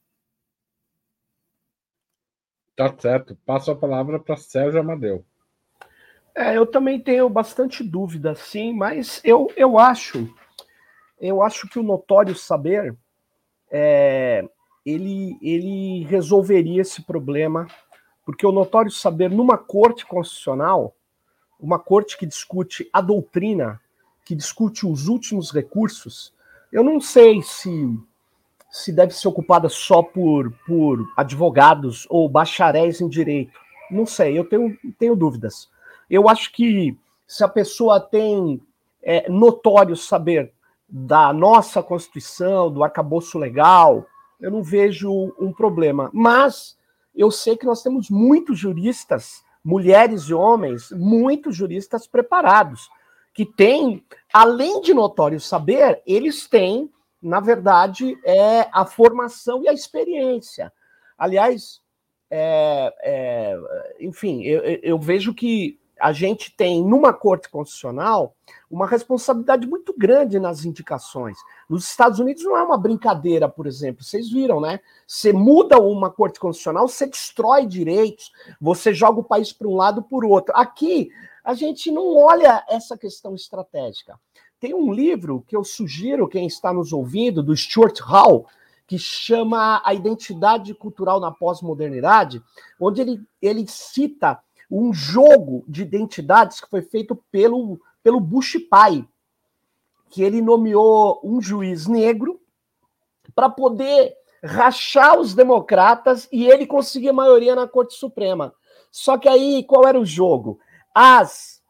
[SPEAKER 1] Tá certo. Passo a palavra para Sérgio Amadeu.
[SPEAKER 3] É, eu também tenho bastante dúvida, sim, mas eu, eu acho, eu acho que o notório saber é, ele, ele resolveria esse problema, porque o notório saber numa corte constitucional, uma corte que discute a doutrina, que discute os últimos recursos, eu não sei se, se deve ser ocupada só por, por advogados ou bacharéis em direito. Não sei, eu tenho, tenho dúvidas. Eu acho que se a pessoa tem é, notório saber da nossa Constituição, do arcabouço legal, eu não vejo um problema. Mas eu sei que nós temos muitos juristas, mulheres e homens, muitos juristas preparados, que têm, além de notório saber, eles têm, na verdade, é, a formação e a experiência. Aliás, é, é, enfim, eu, eu vejo que a gente tem, numa corte constitucional, uma responsabilidade muito grande nas indicações. Nos Estados Unidos não é uma brincadeira, por exemplo. Vocês viram, né? Você muda uma corte constitucional, você destrói direitos, você joga o país para um lado por outro. Aqui, a gente não olha essa questão estratégica. Tem um livro que eu sugiro, quem está nos ouvindo, do Stuart Hall, que chama A Identidade Cultural na Pós-Modernidade, onde ele, ele cita um jogo de identidades que foi feito pelo, pelo Bush pai, que ele nomeou um juiz negro para poder rachar os democratas e ele conseguir maioria na Corte Suprema. Só que aí, qual era o jogo? As,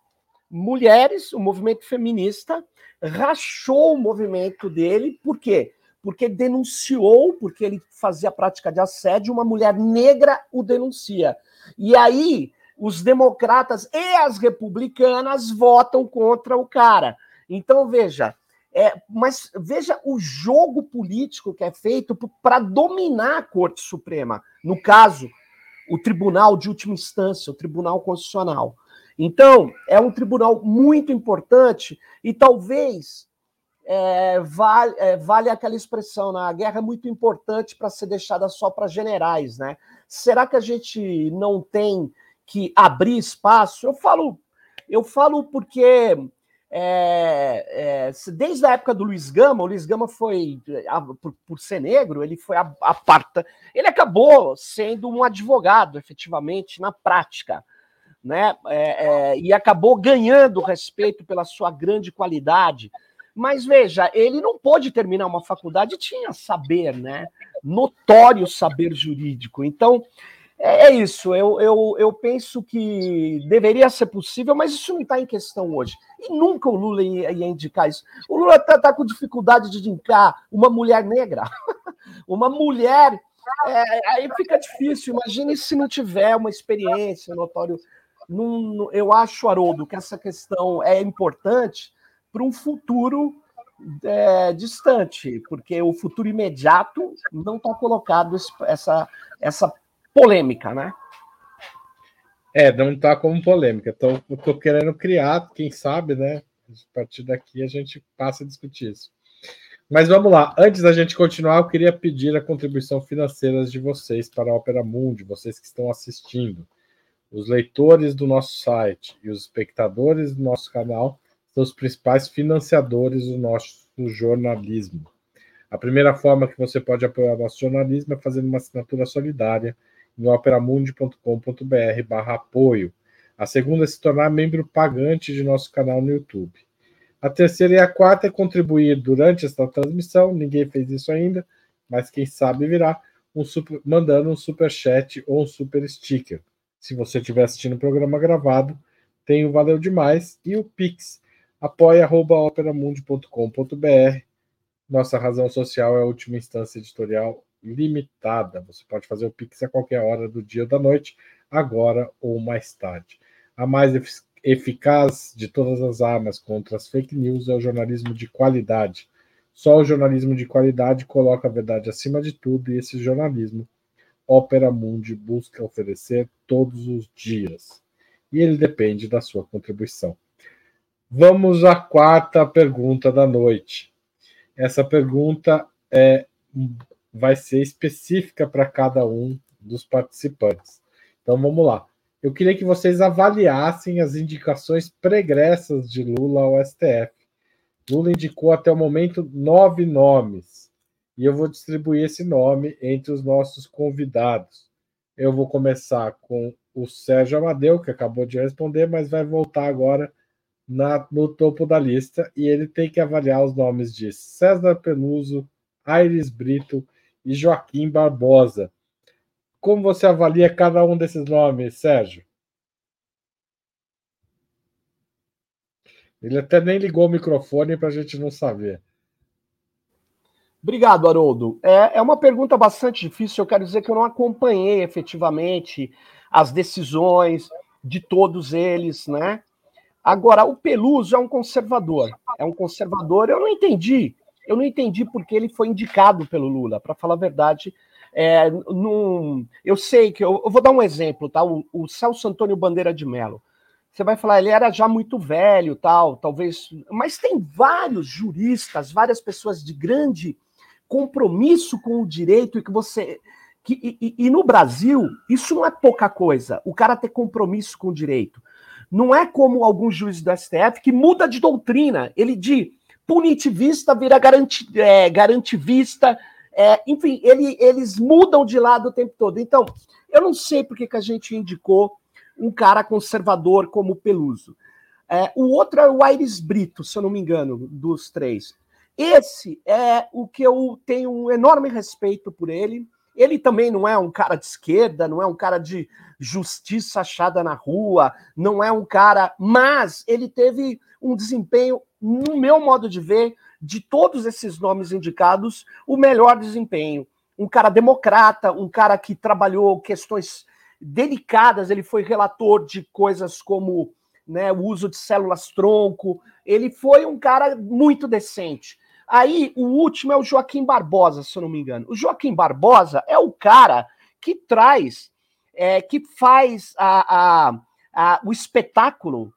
[SPEAKER 3] mulheres, o movimento feminista, rachou o movimento dele, por quê? Porque denunciou, porque ele fazia prática de assédio, uma mulher negra o denuncia. E aí, os democratas e as republicanas votam contra o cara. Então, veja, é, mas veja o jogo político que é feito para dominar a Corte Suprema. No caso, o Tribunal de Última Instância, o Tribunal Constitucional. Então, é um tribunal muito importante e talvez é, vale, é, vale aquela expressão, né? A guerra é muito importante para ser deixada só para generais, né? Será que a gente não tem que abrir espaço? Eu falo, eu falo porque é, é, desde a época do Luiz Gama, o Luiz Gama foi, por, por ser negro, ele foi a, a parta, ele acabou sendo um advogado, efetivamente, na prática. Né? É, é, e acabou ganhando respeito pela sua grande qualidade. Mas veja, ele não pôde terminar uma faculdade, tinha saber, né? Notório saber jurídico. Então, é, é isso. Eu, eu, eu penso que deveria ser possível, mas isso não está em questão hoje. E nunca o Lula ia, ia indicar isso. O Lula está tá com dificuldade de indicar uma mulher negra. Uma mulher. É, aí fica difícil. Imagine se não tiver uma experiência, notório. Num, eu acho, Haroldo, que essa questão é importante para um futuro é, distante, porque o futuro imediato não está colocado esse, essa, essa polêmica, né?
[SPEAKER 1] É, não está como polêmica. Então, eu estou querendo criar, quem sabe, né? A partir daqui a gente passa a discutir isso. Mas vamos lá. Antes da gente continuar, eu queria pedir a contribuição financeira de vocês para a Opera Mundi, vocês que estão assistindo. Os leitores do nosso site e os espectadores do nosso canal são os principais financiadores do nosso jornalismo. A primeira forma que você pode apoiar o nosso jornalismo é fazendo uma assinatura solidária em operamundi.com.br barra apoio. A segunda é se tornar membro pagante de nosso canal no YouTube. A terceira e a quarta é contribuir durante esta transmissão, ninguém fez isso ainda, mas quem sabe virá, um super, mandando um superchat ou um super sticker. Se você estiver assistindo o programa gravado, tem o Valeu Demais e o Pix, apoia arroba operamundi ponto com ponto br. Nossa razão social é a última instância editorial limitada. Você pode fazer o Pix a qualquer hora do dia ou da noite, agora ou mais tarde. A mais efic- eficaz de todas as armas contra as fake news é o jornalismo de qualidade. Só o jornalismo de qualidade coloca a verdade acima de tudo e esse jornalismo Opera Mundi busca oferecer todos os dias. E ele depende da sua contribuição. Vamos à quarta pergunta da noite. Essa pergunta é, vai ser específica para cada um dos participantes. Então vamos lá. Eu queria que vocês avaliassem as indicações pregressas de Lula ao S T F. Lula indicou até o momento nove nomes. E eu vou distribuir esse nome entre os nossos convidados. Eu vou começar com o Sérgio Amadeu, que acabou de responder, mas vai voltar agora na, no topo da lista, e ele tem que avaliar os nomes de César Peluso, Aires Brito e Joaquim Barbosa. Como você avalia cada um desses nomes, Sérgio? Ele até nem ligou o microfone para a gente não saber.
[SPEAKER 3] Obrigado, Haroldo. É, é uma pergunta bastante difícil. Eu quero dizer que eu não acompanhei efetivamente as decisões de todos eles, né? Agora, o Peluso é um conservador. É um conservador. Eu não entendi. Eu não entendi porque ele foi indicado pelo Lula. Para falar a verdade, é, num, eu sei que eu, eu vou dar um exemplo, tá? O, o Celso Antônio Bandeira de Mello. Você vai falar, ele era já muito velho, tal, talvez. Mas tem vários juristas, várias pessoas de grande compromisso com o direito e que você. Que, e, e no Brasil, isso não é pouca coisa, o cara ter compromisso com o direito. Não é como alguns juízes do S T F que muda de doutrina, ele de punitivista vira garanti, é, garantivista, é, enfim, ele, eles mudam de lado o tempo todo. Então, eu não sei por que, que a gente indicou um cara conservador como o Peluso. É, o outro é o Aires Brito, se eu não me engano, dos três. Esse é o que eu tenho um enorme respeito por ele. Ele também não é um cara de esquerda, não é um cara de justiça achada na rua, não é um cara... Mas ele teve um desempenho, no meu modo de ver, de todos esses nomes indicados, o melhor desempenho. Um cara democrata, um cara que trabalhou questões delicadas, ele foi relator de coisas como, né, o uso de células-tronco, ele foi um cara muito decente. Aí, o último é o Joaquim Barbosa, se eu não me engano. O Joaquim Barbosa é o cara que traz, é, que faz a, a, a, o espetáculo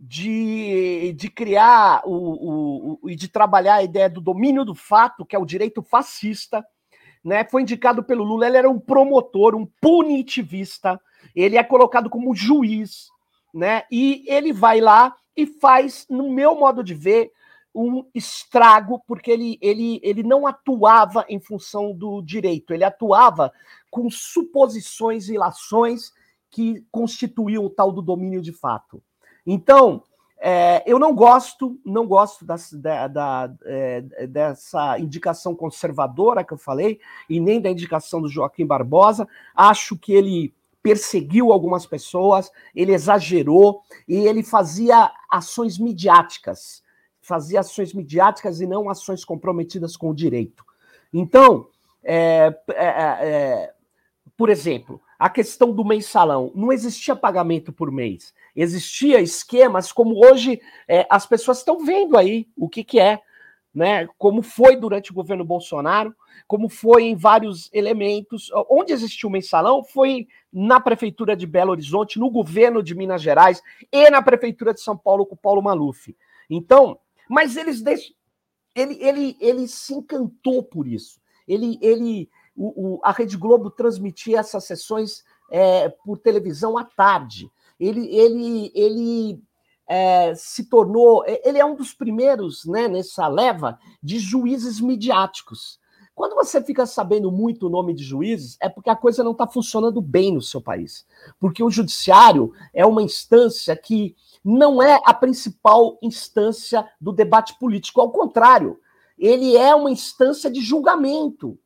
[SPEAKER 3] de, de criar e o, o, de trabalhar a ideia do domínio do fato, que é o direito fascista, né? Foi indicado pelo Lula, ele era um promotor, um punitivista, ele é colocado como juiz, né? E ele vai lá e faz, no meu modo de ver, um estrago, porque ele, ele, ele não atuava em função do direito, ele atuava com suposições e ilações que constituíam o tal do domínio de fato. Então, é, eu não gosto, não gosto das, da, da, é, dessa indicação conservadora que eu falei, e nem da indicação do Joaquim Barbosa. Acho que ele perseguiu algumas pessoas, ele exagerou, e ele fazia ações midiáticas, fazia ações midiáticas e não ações comprometidas com o direito. Então, é, é, é, por exemplo, a questão do mensalão. Não existia pagamento por mês. Existia esquemas como hoje é, as pessoas estão vendo aí o que, que é, né? Como foi durante o governo Bolsonaro, como foi em vários elementos. Onde existiu o mensalão foi na Prefeitura de Belo Horizonte, no governo de Minas Gerais e na Prefeitura de São Paulo com o Paulo Maluf. Então, mas eles deixam, ele, ele, ele se encantou por isso. Ele, ele, o, o, a Rede Globo transmitia essas sessões é, por televisão à tarde. Ele, ele, ele é, se tornou, ele é um dos primeiros, né, nessa leva de juízes midiáticos. Quando você fica sabendo muito o nome de juízes, é porque a coisa não está funcionando bem no seu país. Porque o judiciário é uma instância que não é a principal instância do debate político. Ao contrário, ele é uma instância de julgamento.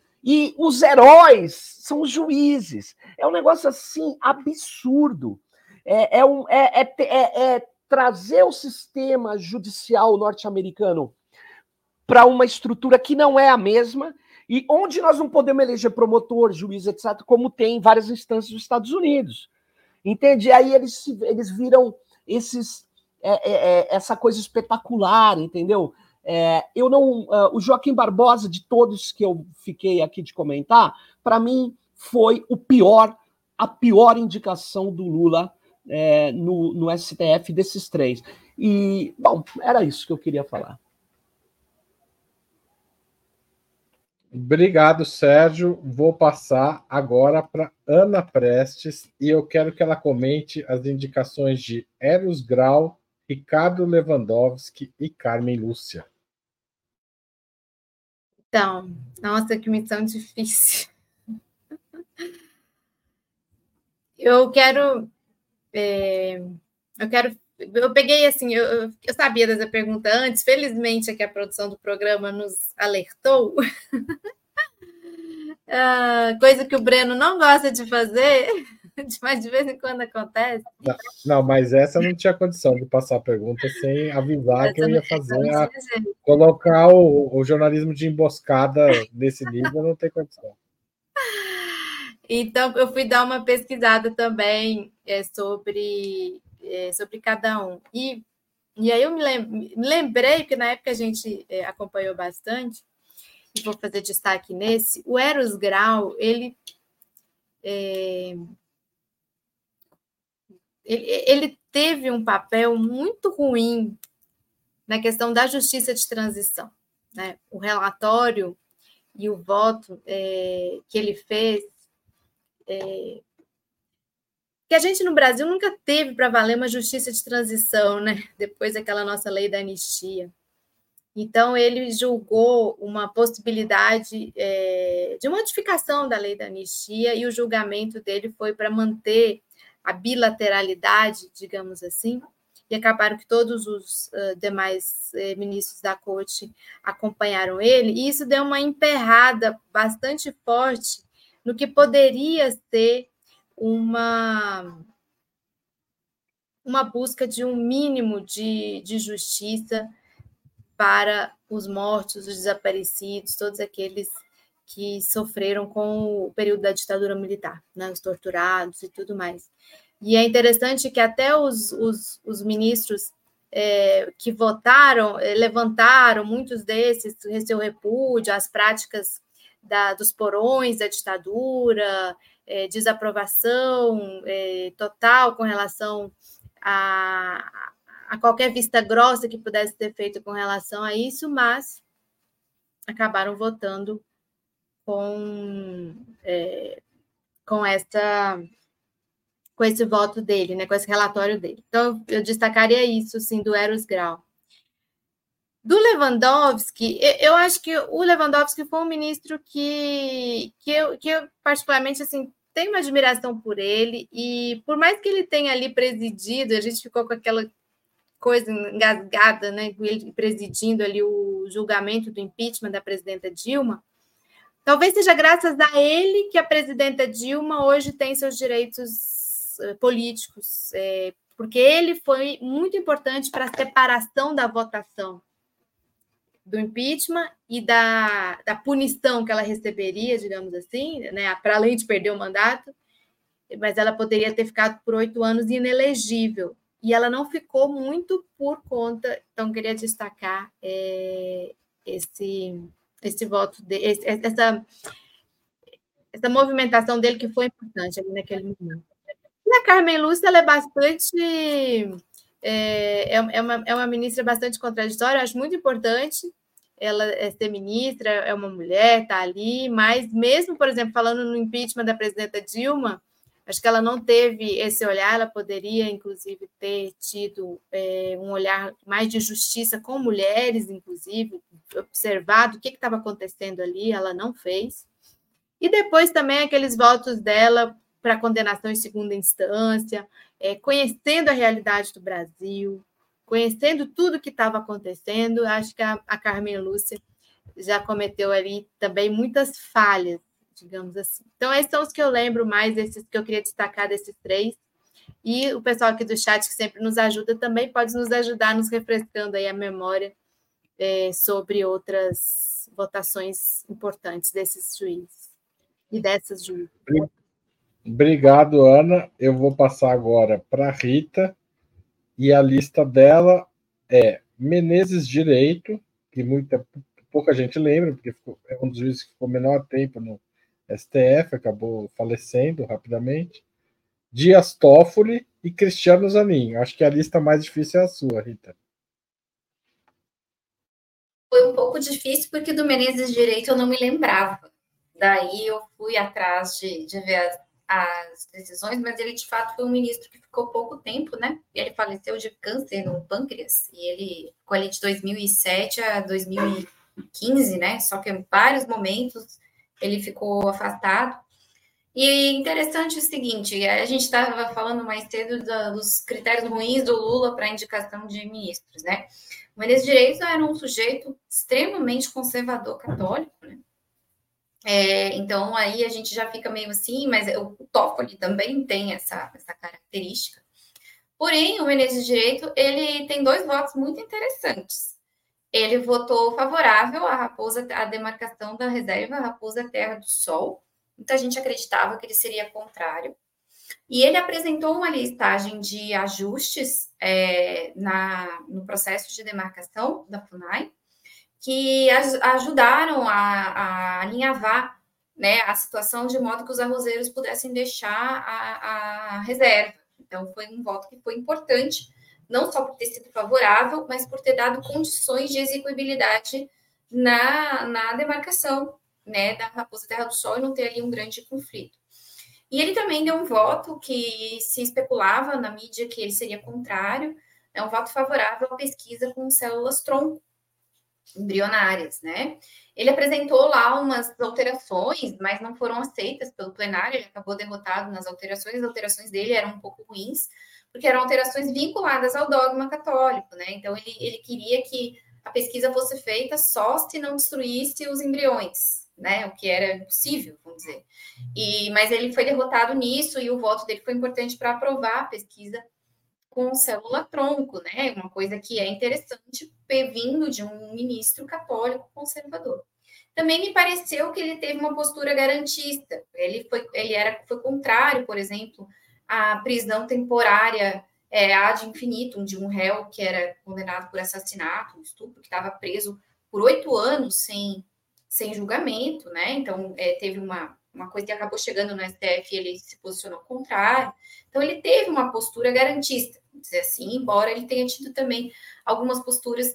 [SPEAKER 3] E os heróis são os juízes. É um negócio assim absurdo. É, é, um, é, é, é, é trazer o sistema judicial norte-americano para uma estrutura que não é a mesma, e onde nós não podemos eleger promotor, juiz, etcétera, como tem em várias instâncias dos Estados Unidos. Entende? Aí eles, eles viram esses, é, é, essa coisa espetacular, entendeu? É, eu não, uh, o Joaquim Barbosa, de todos que eu fiquei aqui de comentar, para mim foi o pior, a pior indicação do Lula é, no, no S T F desses três. E, bom, era isso que eu queria falar.
[SPEAKER 1] Obrigado, Sérgio. Vou passar agora para Ana Prestes e eu quero que ela comente as indicações de Eros Grau, Ricardo Lewandowski e Carmen Lúcia.
[SPEAKER 2] Então, nossa, que missão difícil. Eu quero... É, eu quero... Eu peguei, assim, eu, eu sabia dessa pergunta antes, felizmente aqui a produção do programa nos alertou, ah, coisa que o Breno não gosta de fazer, mas de vez em quando acontece.
[SPEAKER 1] Não, não, mas essa não tinha condição de passar a pergunta sem avisar essa que eu ia fazer, a, colocar o, o jornalismo de emboscada nesse nível, não tem condição.
[SPEAKER 2] Então, eu fui dar uma pesquisada também é, sobre... sobre cada um. E, e aí eu me, lem me lembrei, porque na época a gente é, acompanhou bastante, e vou fazer destaque nesse, o Eros Grau, ele, é, ele, ele teve um papel muito ruim na questão da justiça de transição. Né? O relatório e o voto é, que ele fez é, que a gente no Brasil nunca teve para valer uma justiça de transição, né? Depois daquela nossa lei da anistia. Então, ele julgou uma possibilidade é, de modificação da lei da anistia e o julgamento dele foi para manter a bilateralidade, digamos assim, e acabaram que todos os uh, demais uh, ministros da corte acompanharam ele, e isso deu uma emperrada bastante forte no que poderia ser uma, uma busca de um mínimo de, de justiça para os mortos, os desaparecidos, todos aqueles que sofreram com o período da ditadura militar, né, os torturados e tudo mais. E é interessante que até os, os, os ministros é, que votaram, é, levantaram, muitos desses, seu repúdio, as práticas da, dos porões da ditadura, é, desaprovação é, total com relação a, a qualquer vista grossa que pudesse ter feito com relação a isso, mas acabaram votando com, é, com essa... com esse voto dele, né, com esse relatório dele. Então, eu destacaria isso, sim, do Eros Grau. Do Lewandowski, eu acho que o Lewandowski foi um ministro que, que, eu, que eu, particularmente, assim, tenho uma admiração por ele, e por mais que ele tenha ali presidido, a gente ficou com aquela coisa engasgada, né, ele presidindo ali o julgamento do impeachment da presidenta Dilma, talvez seja graças a ele que a presidenta Dilma hoje tem seus direitos políticos, é, porque ele foi muito importante para a separação da votação do impeachment e da, da punição que ela receberia, digamos assim, né, para além de perder o mandato, mas ela poderia ter ficado por oito anos inelegível, e ela não ficou muito por conta, então queria destacar é, esse, esse voto, de, esse, essa, essa movimentação dele que foi importante ali naquele momento. E a Carmen Lúcia, ela é bastante... É, é, uma, é uma ministra bastante contraditória, eu acho muito importante ela é ser ministra, é uma mulher, está ali, mas mesmo, por exemplo, falando no impeachment da presidenta Dilma, acho que ela não teve esse olhar, ela poderia, inclusive, ter tido é, um olhar mais de justiça com mulheres, inclusive, observado o que estava acontecendo ali, ela não fez. E depois também aqueles votos dela para condenação em segunda instância, é, conhecendo a realidade do Brasil, conhecendo tudo que estava acontecendo, acho que a, a Carmen Lúcia já cometeu ali também muitas falhas, digamos assim. Então, esses são os que eu lembro mais, esses que eu queria destacar desses três. E o pessoal aqui do chat, que sempre nos ajuda, também pode nos ajudar, nos refrescando aí a memória é, sobre outras votações importantes desses juízes e dessas juízes.
[SPEAKER 1] Obrigado, Ana. Eu vou passar agora para a Rita, e a lista dela é Menezes Direito, que muita, pouca gente lembra, porque ficou, é um dos juízes que ficou menor tempo no S T F, acabou falecendo rapidamente, Dias Toffoli e Cristiano Zanin. Acho que a lista mais difícil é a sua, Rita.
[SPEAKER 4] Foi um pouco difícil, porque do Menezes Direito eu não me lembrava. Daí eu fui atrás de, de ver as, as decisões, mas ele, de fato, foi um ministro que ficou pouco tempo, né? Ele faleceu de câncer no pâncreas, e ele ficou ali de dois mil e sete a dois mil e quinze, né? Só que em vários momentos ele ficou afastado. E interessante o seguinte, a gente estava falando mais cedo da, dos critérios ruins do Lula para a indicação de ministros, né? O Menezes Direito era um sujeito extremamente conservador católico, né? É, então, aí a gente já fica meio assim, mas o Toffoli também tem essa, essa característica. Porém, o Menezes Direito, ele tem dois votos muito interessantes. Ele votou favorável à Raposa, à demarcação da reserva Raposa Terra do Sol. Muita gente acreditava que ele seria contrário. E ele apresentou uma listagem de ajustes é, na, no processo de demarcação da FUNAI, que ajudaram a, a alinhavar, né, a situação de modo que os arrozeiros pudessem deixar a, a reserva. Então, foi um voto que foi importante, não só por ter sido favorável, mas por ter dado condições de execuibilidade na, na demarcação, né, da Raposa Terra do Sol, e não ter ali um grande conflito. E ele também deu um voto que se especulava na mídia que ele seria contrário, é um voto favorável à pesquisa com células-tronco embrionárias, né? Ele apresentou lá umas alterações, mas não foram aceitas pelo plenário, ele acabou derrotado nas alterações, as alterações dele eram um pouco ruins, porque eram alterações vinculadas ao dogma católico, né? Então, ele, ele queria que a pesquisa fosse feita só se não destruísse os embriões, né? O que era possível, vamos dizer. E, mas ele foi derrotado nisso e o voto dele foi importante para aprovar a pesquisa com célula-tronco, né? Uma coisa que é interessante, vindo de um ministro católico conservador. Também me pareceu que ele teve uma postura garantista. Ele foi, ele era, foi contrário, por exemplo, à prisão temporária é, ad infinitum de um réu que era condenado por assassinato, um estupro, que estava preso por oito anos sem, sem julgamento, né? Então, é, teve uma, uma coisa que acabou chegando no S T F e ele se posicionou contrário. Então, ele teve uma postura garantista, vamos dizer assim, embora ele tenha tido também algumas posturas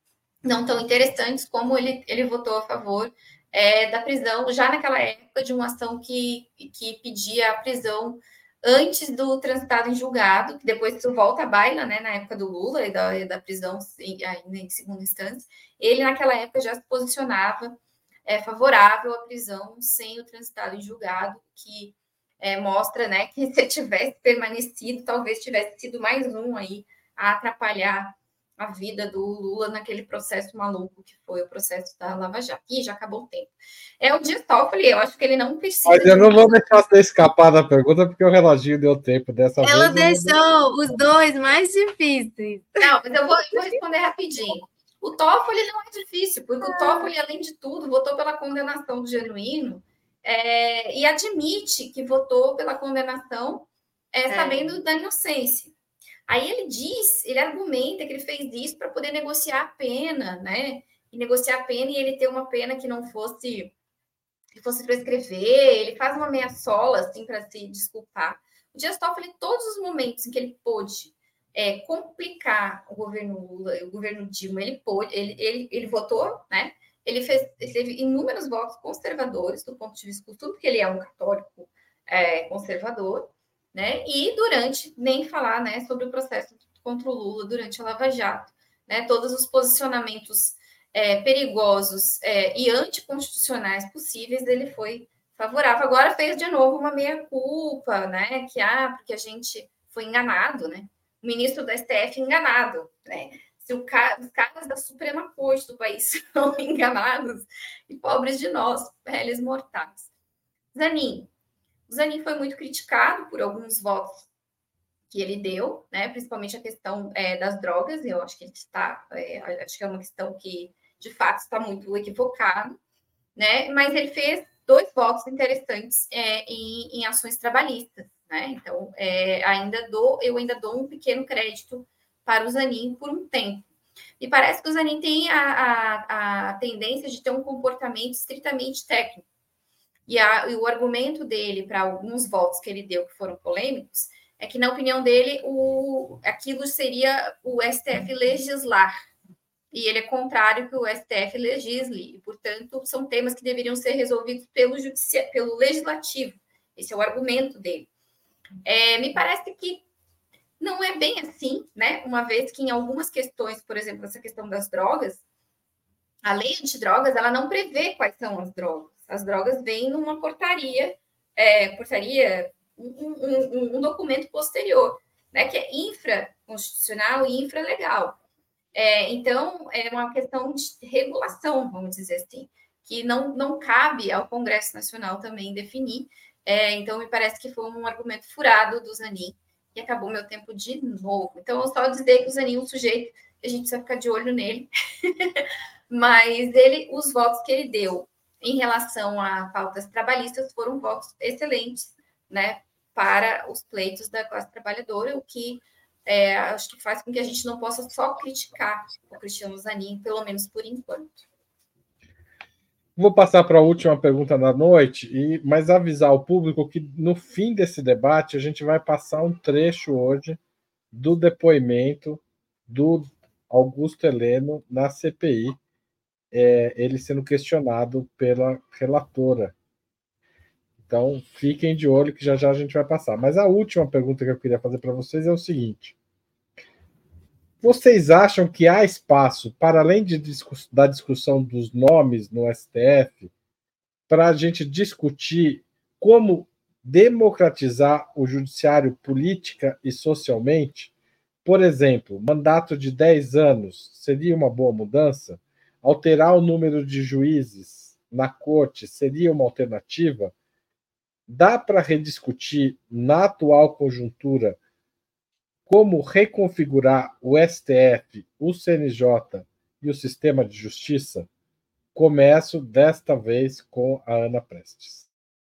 [SPEAKER 4] não tão interessantes, como ele, ele votou a favor é, da prisão, já naquela época, de uma ação que, que pedia a prisão antes do transitado em julgado, que depois isso volta à baila, né, na época do Lula e da, da prisão ainda em segunda instância. Ele, naquela época, já se posicionava é, favorável à prisão sem o transitado em julgado, que é, mostra, né, que se tivesse permanecido, talvez tivesse sido mais um aí a atrapalhar a vida do Lula naquele processo maluco que foi o processo da Lava Jato. Ih, já acabou o tempo. É o Dias Toffoli, eu acho que ele não precisa...
[SPEAKER 1] Mas eu não vou deixar você escapar da pergunta, porque o reloginho deu tempo dessa
[SPEAKER 2] Ela
[SPEAKER 1] vez.
[SPEAKER 2] deixou não... os dois mais difíceis.
[SPEAKER 4] Não, mas eu vou, eu vou responder rapidinho. O Toffoli não é difícil, porque o Toffoli, além de tudo, votou pela condenação do Genuíno é, e admite que votou pela condenação é, é. sabendo da inocência. Aí ele diz, ele argumenta que ele fez isso para poder negociar a pena, né? E negociar a pena e ele ter uma pena que não fosse que fosse prescrever, ele faz uma meia-sola, assim, para se desculpar. O Dias Toffoli, todos os momentos em que ele pôde é, complicar o governo Lula, o governo Dilma, ele pôde, ele, ele, ele votou, né? Ele, fez, ele teve inúmeros votos conservadores do ponto de vista do costume, porque ele é um católico é, conservador, né? E durante, nem falar, né, sobre o processo contra o Lula durante a Lava Jato, né? Todos os posicionamentos é, perigosos é, e anticonstitucionais possíveis, ele foi favorável. Agora fez de novo uma meia-culpa, né? Que ah, porque a gente foi enganado, né? O ministro da S T F enganado, né? Se o ca... os caras da Suprema Corte do país são enganados, e pobres de nós, réis mortais. Zanin. O Zanin foi muito criticado por alguns votos que ele deu, né? Principalmente a questão é, das drogas. Eu acho que ele está, é, acho que é uma questão que de fato está muito equivocado, né? Mas ele fez dois votos interessantes é, em, em ações trabalhistas, né? Então, é, ainda dou, eu ainda dou um pequeno crédito para o Zanin por um tempo. E parece que o Zanin tem a, a, a tendência de ter um comportamento estritamente técnico. E, a, e o argumento dele para alguns votos que ele deu que foram polêmicos é que, na opinião dele, o, aquilo seria o S T F legislar. E ele é contrário que o S T F legisle. E, portanto, são temas que deveriam ser resolvidos pelo, judici... pelo legislativo. Esse é o argumento dele. É, me parece que não é bem assim, né? Uma vez que em algumas questões, por exemplo, essa questão das drogas, a lei antidrogas, ela não prevê quais são as drogas. As drogas vêm numa portaria, é, portaria, um, um, um documento posterior, né? Que é infraconstitucional e infralegal. É, então, é uma questão de regulação, vamos dizer assim, que não, não cabe ao Congresso Nacional também definir. É, então, me parece que foi um argumento furado do Zanin, e acabou meu tempo de novo. Então, eu só dizer que o Zanin é um sujeito que a gente precisa ficar de olho nele, mas ele, os votos que ele deu em relação a pautas trabalhistas foram votos excelentes, né, para os pleitos da classe trabalhadora, o que é, acho que faz com que a gente não possa só criticar o Cristiano Zanin, pelo menos por enquanto.
[SPEAKER 1] Vou passar para a última pergunta da noite, e mas avisar o público que no fim desse debate a gente vai passar um trecho hoje do depoimento do Augusto Heleno na C P I, é, ele sendo questionado pela relatora. Então, fiquem de olho que já já a gente vai passar. Mas a última pergunta que eu queria fazer para vocês é o seguinte: vocês acham que há espaço, para além de discuss- da discussão dos nomes no S T F, para a gente discutir como democratizar o judiciário política e socialmente? Por exemplo, mandato de dez anos seria uma boa mudança? Alterar o número de juízes na corte seria uma alternativa? Dá para rediscutir, na atual conjuntura, como reconfigurar o S T F, o C N J e o sistema de justiça? Começo desta vez com a Ana Prestes.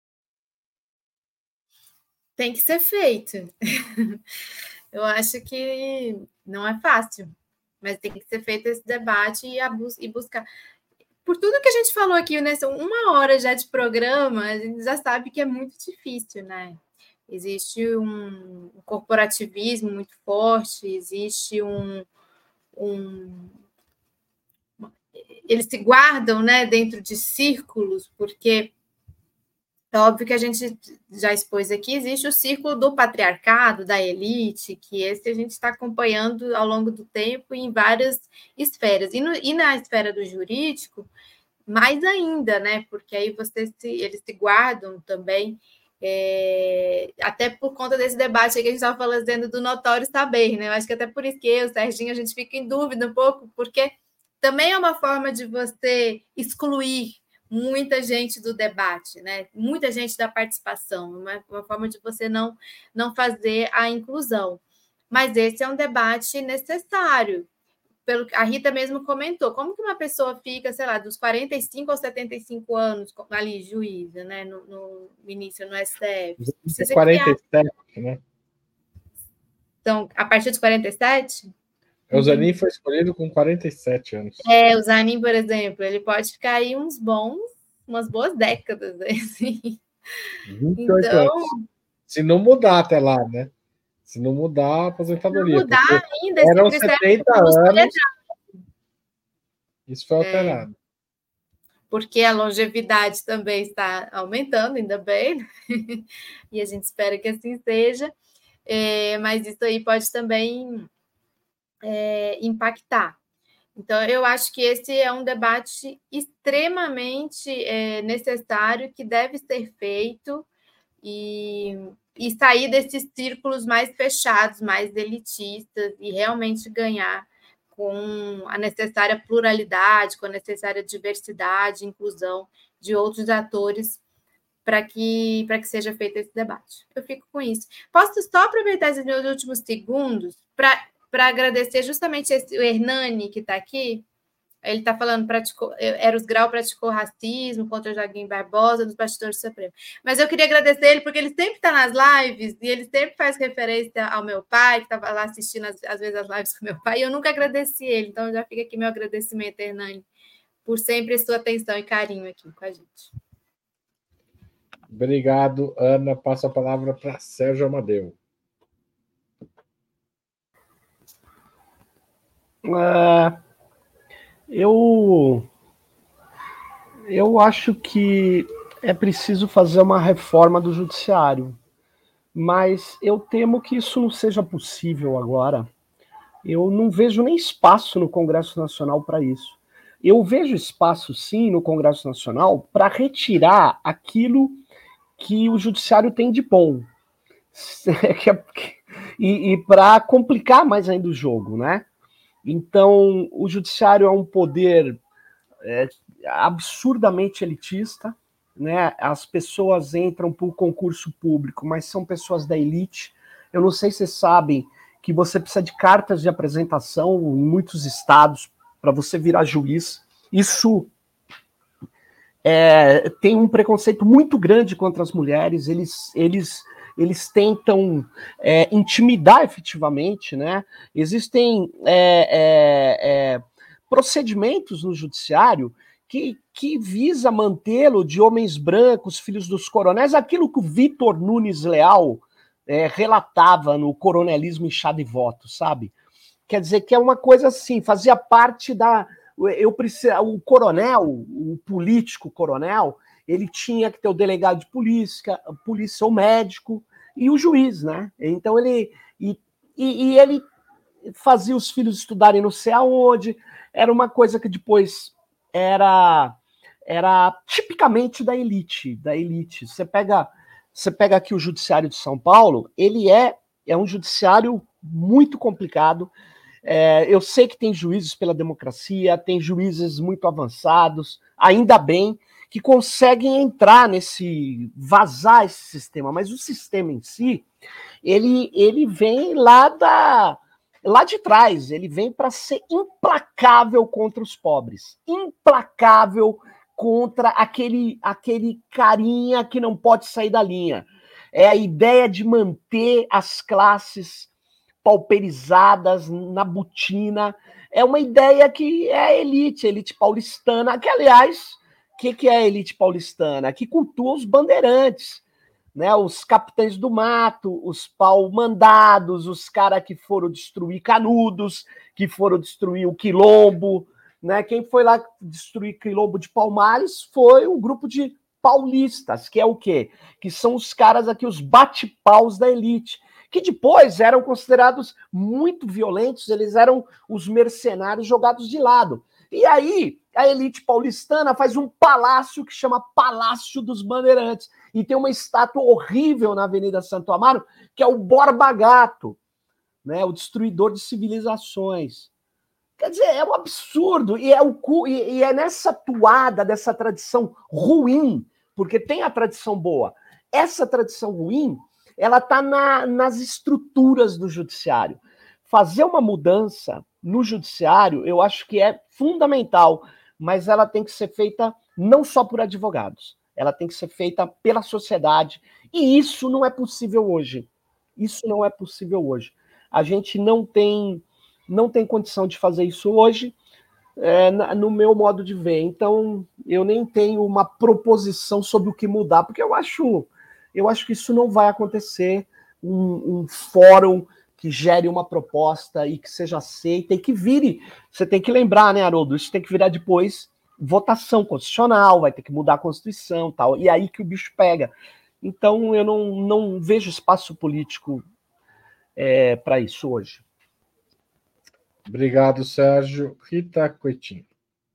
[SPEAKER 2] Tem que ser feito. Eu acho que não é fácil, mas tem que ser feito esse debate e, a bus- e buscar. Por tudo que a gente falou aqui, nessa uma hora já de programa, a gente já sabe que é muito difícil, né? Existe um corporativismo muito forte, existe um, um... Eles se guardam, né, dentro de círculos, porque é óbvio que a gente já expôs aqui, existe o círculo do patriarcado, da elite, que esse a gente está acompanhando ao longo do tempo em várias esferas. E, no, e na esfera do jurídico, mais ainda, né? Porque aí você se, eles se guardam também, é, até por conta desse debate que a gente estava falando do notório saber, né? Eu acho que até por isso que eu, Serginho, a gente fica em dúvida um pouco, porque também é uma forma de você excluir muita gente do debate, né? Muita gente da participação, uma, uma forma de você não, não fazer a inclusão. Mas esse é um debate necessário. Pelo, a Rita mesmo comentou, como que uma pessoa fica, sei lá, dos quarenta e cinco aos setenta e cinco anos ali, juíza, né, no, no início no S T F? Precisa
[SPEAKER 1] quarenta e sete,
[SPEAKER 2] criar...
[SPEAKER 1] né?
[SPEAKER 2] Então, a partir dos quarenta e sete?
[SPEAKER 1] O Zanin foi escolhido com quarenta e sete anos.
[SPEAKER 2] É, o Zanin, por exemplo, ele pode ficar aí uns bons, umas boas décadas, assim.
[SPEAKER 1] vinte e oito
[SPEAKER 2] então,
[SPEAKER 1] anos. Se não mudar até lá, né? Se não mudar a aposentadoria.
[SPEAKER 2] Se não mudar ainda, esse
[SPEAKER 1] eram
[SPEAKER 2] critério
[SPEAKER 1] setenta anos. Isso foi alterado.
[SPEAKER 2] É, porque a longevidade também está aumentando, ainda bem, né? E a gente espera que assim seja. É, mas isso aí pode também é, impactar. Então, eu acho que esse é um debate extremamente é, necessário, que deve ser feito e, e sair desses círculos mais fechados, mais elitistas, e realmente ganhar com a necessária pluralidade, com a necessária diversidade, inclusão de outros atores para que, para que seja feito esse debate. Eu fico com isso. Posso só aproveitar esses meus últimos segundos para para agradecer justamente esse, o Hernani, que está aqui. Ele está falando, praticou, Eros Grau praticou racismo contra Joaquim Barbosa nos bastidores do Supremo. Mas eu queria agradecer ele, porque ele sempre está nas lives e ele sempre faz referência ao meu pai, que estava lá assistindo, às, às vezes, as lives com meu pai, e eu nunca agradeci ele. Então, já fica aqui meu agradecimento, Hernani, por sempre sua atenção e carinho aqui com a gente.
[SPEAKER 1] Obrigado, Ana. Passo a palavra para Sérgio Amadeu.
[SPEAKER 3] Uh, eu, eu acho que é preciso fazer uma reforma do judiciário, mas eu temo que isso não seja possível agora. Eu não vejo nem espaço no Congresso Nacional para isso. Eu vejo espaço, sim, no Congresso Nacional para retirar aquilo que o judiciário tem de bom. e e para complicar mais ainda o jogo, né? Então, o judiciário é um poder é, absurdamente elitista, né? As pessoas entram por concurso público, mas são pessoas da elite. Eu não sei se vocês sabem que você precisa de cartas de apresentação em muitos estados para você virar juiz. Isso é, tem um preconceito muito grande contra as mulheres. Eles, eles, eles tentam é, intimidar efetivamente, né? Existem é, é, é, procedimentos no judiciário que, que visa mantê-lo de homens brancos, filhos dos coronéis, aquilo que o Vitor Nunes Leal é, relatava no Coronelismo em Chá de Voto, sabe? Quer dizer que é uma coisa assim, fazia parte da... Eu preciso, o coronel, o político coronel, ele tinha que ter o delegado de polícia, polícia ou médico, e o juiz, né? Então ele... E, e, e ele fazia os filhos estudarem não sei aonde, era uma coisa que depois era, era tipicamente da elite, da elite. Você pega, você pega aqui o Judiciário de São Paulo, ele é, é um judiciário muito complicado. É, eu sei que tem juízes pela democracia, tem juízes muito avançados, ainda bem que conseguem entrar nesse, vazar esse sistema, mas o sistema em si, ele, ele vem lá da lá de trás, ele vem para ser implacável contra os pobres, implacável contra aquele, aquele carinha que não pode sair da linha. É a ideia de manter as classes pauperizadas na botina. É uma ideia que é a elite, a elite paulistana, que, aliás, o que, que é a elite paulistana? Que cultua os bandeirantes, né? Os capitães do mato, os pau-mandados, os caras que foram destruir Canudos, que foram destruir o Quilombo, né? Quem foi lá destruir Quilombo de Palmares foi um grupo de paulistas, que é o quê? Que são os caras aqui, os bate-paus da elite, que depois eram considerados muito violentos, eles eram os mercenários jogados de lado. E aí, a elite paulistana faz um palácio que chama Palácio dos Bandeirantes, e tem uma estátua horrível na Avenida Santo Amaro, que é o Borba Gato, né, o destruidor de civilizações. Quer dizer, é um absurdo, e é, o, e, e é nessa toada dessa tradição ruim, porque tem a tradição boa, essa tradição ruim, ela está na, nas estruturas do judiciário. Fazer uma mudança no judiciário, eu acho que é fundamental, mas ela tem que ser feita não só por advogados, ela tem que ser feita pela sociedade, e isso não é possível hoje. Isso não é possível hoje. A gente não tem, não tem condição de fazer isso hoje, é, no meu modo de ver. Então, eu nem tenho uma proposição sobre o que mudar, porque eu acho, eu acho que isso não vai acontecer. Um, um fórum que gere uma proposta e que seja aceita e que vire. Você tem que lembrar, né, Haroldo? Isso tem que virar depois votação constitucional, vai ter que mudar a Constituição e tal. E aí que o bicho pega. Então, eu não, não vejo espaço político é, para isso hoje.
[SPEAKER 1] Obrigado, Sérgio. Rita Coitinho.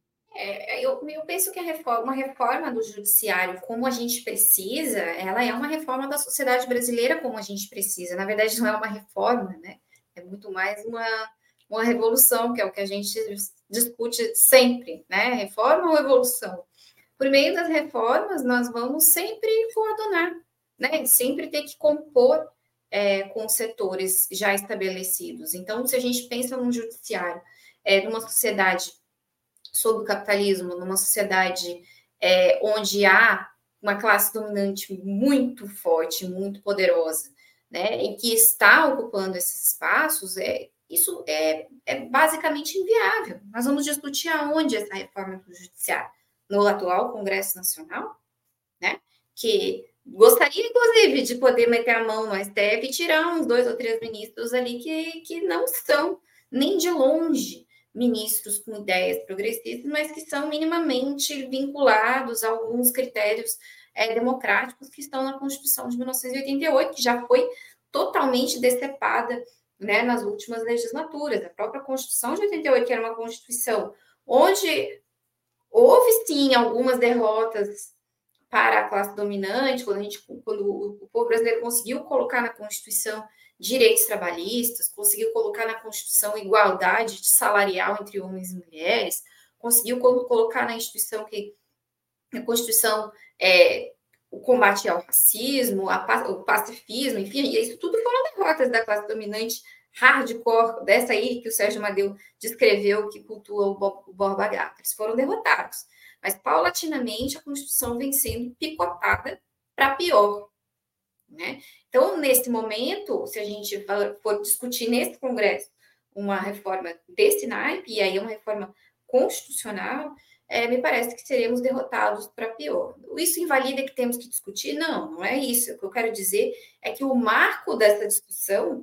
[SPEAKER 4] É, eu, eu penso que a reforma, uma reforma do judiciário como a gente precisa, ela é uma reforma da sociedade brasileira como a gente precisa. Na verdade, não é uma reforma, né? É muito mais uma, uma revolução, que é o que a gente discute sempre, né? Reforma ou evolução? Por meio das reformas, nós vamos sempre coordenar, né? Sempre ter que compor é, com setores já estabelecidos. Então, se a gente pensa num judiciário, é, numa sociedade sob o capitalismo, numa sociedade é, onde há uma classe dominante muito forte, muito poderosa, né, e que está ocupando esses espaços, é, isso é, é basicamente inviável. Nós vamos discutir aonde essa reforma do judiciário? No atual Congresso Nacional, né, que gostaria, inclusive, de poder meter a mão no S T F e tirar uns dois ou três ministros ali que, que não são nem de longe ministros com ideias progressistas, mas que são minimamente vinculados a alguns critérios é, democráticos que estão na Constituição de mil novecentos e oitenta e oito, que já foi totalmente decepada, né, nas últimas legislaturas. A própria Constituição de oitenta e oito, que era uma Constituição onde houve, sim, algumas derrotas para a classe dominante, quando, a gente, quando o povo brasileiro conseguiu colocar na Constituição direitos trabalhistas, conseguiu colocar na Constituição igualdade salarial entre homens e mulheres, conseguiu colocar na Constituição que a Constituição é, o combate ao racismo, a, o pacifismo, enfim, e isso tudo foram derrotas da classe dominante hardcore, dessa aí que o Sérgio Amadeu descreveu, que cultua o Borba Gato. Eles foram derrotados. Mas, paulatinamente, a Constituição vem sendo picotada para pior, né? Então, nesse momento, se a gente for discutir nesse Congresso uma reforma desse naipe, e aí uma reforma constitucional, é, me parece que seremos derrotados para pior. Isso invalida que temos que discutir? Não, não é isso. O que eu quero dizer é que o marco dessa discussão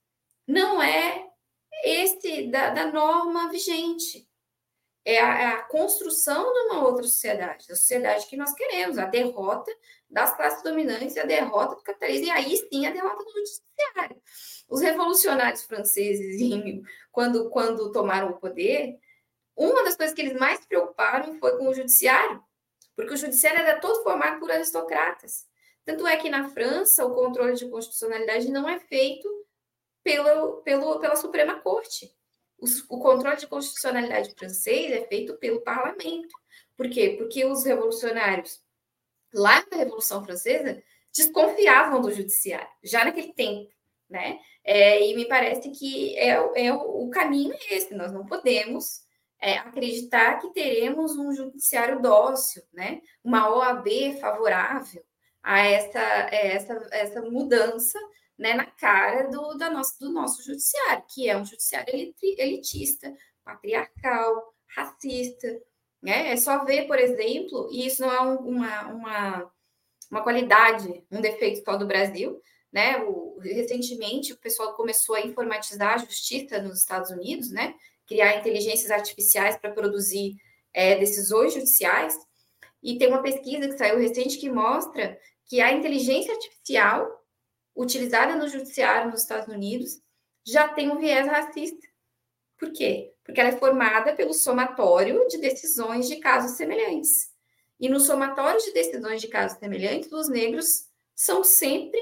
[SPEAKER 4] não é esse da, da norma vigente. É a, é a construção de uma outra sociedade, da sociedade que nós queremos, a derrota das classes dominantes, a derrota do capitalismo, e aí sim a derrota do judiciário. Os revolucionários franceses, quando, quando tomaram o poder, uma das coisas que eles mais se preocuparam foi com o judiciário, porque o judiciário era todo formado por aristocratas. Tanto é que na França o controle de constitucionalidade não é feito pelo, pelo, pela Suprema Corte. Os, o controle de constitucionalidade francês é feito pelo parlamento. Por quê? Porque os revolucionários, lá na Revolução Francesa, desconfiavam do judiciário, já naquele tempo, né? É, e me parece que é, é o caminho é esse. Nós não podemos é, acreditar que teremos um judiciário dócil, né? Uma O A B favorável a essa, essa, essa mudança, né, na cara do, da nosso, do nosso judiciário, que é um judiciário elitista, patriarcal, racista, né? É só ver, por exemplo, e isso não é uma, uma, uma qualidade, um defeito só do Brasil, né? O, recentemente, o pessoal começou a informatizar a justiça nos Estados Unidos, né? Criar inteligências artificiais para produzir é, decisões judiciais, e tem uma pesquisa que saiu recente que mostra que a inteligência artificial utilizada no judiciário nos Estados Unidos já tem um viés racista. Por quê? Porque ela é formada pelo somatório de decisões de casos semelhantes. E no somatório de decisões de casos semelhantes, os negros são sempre,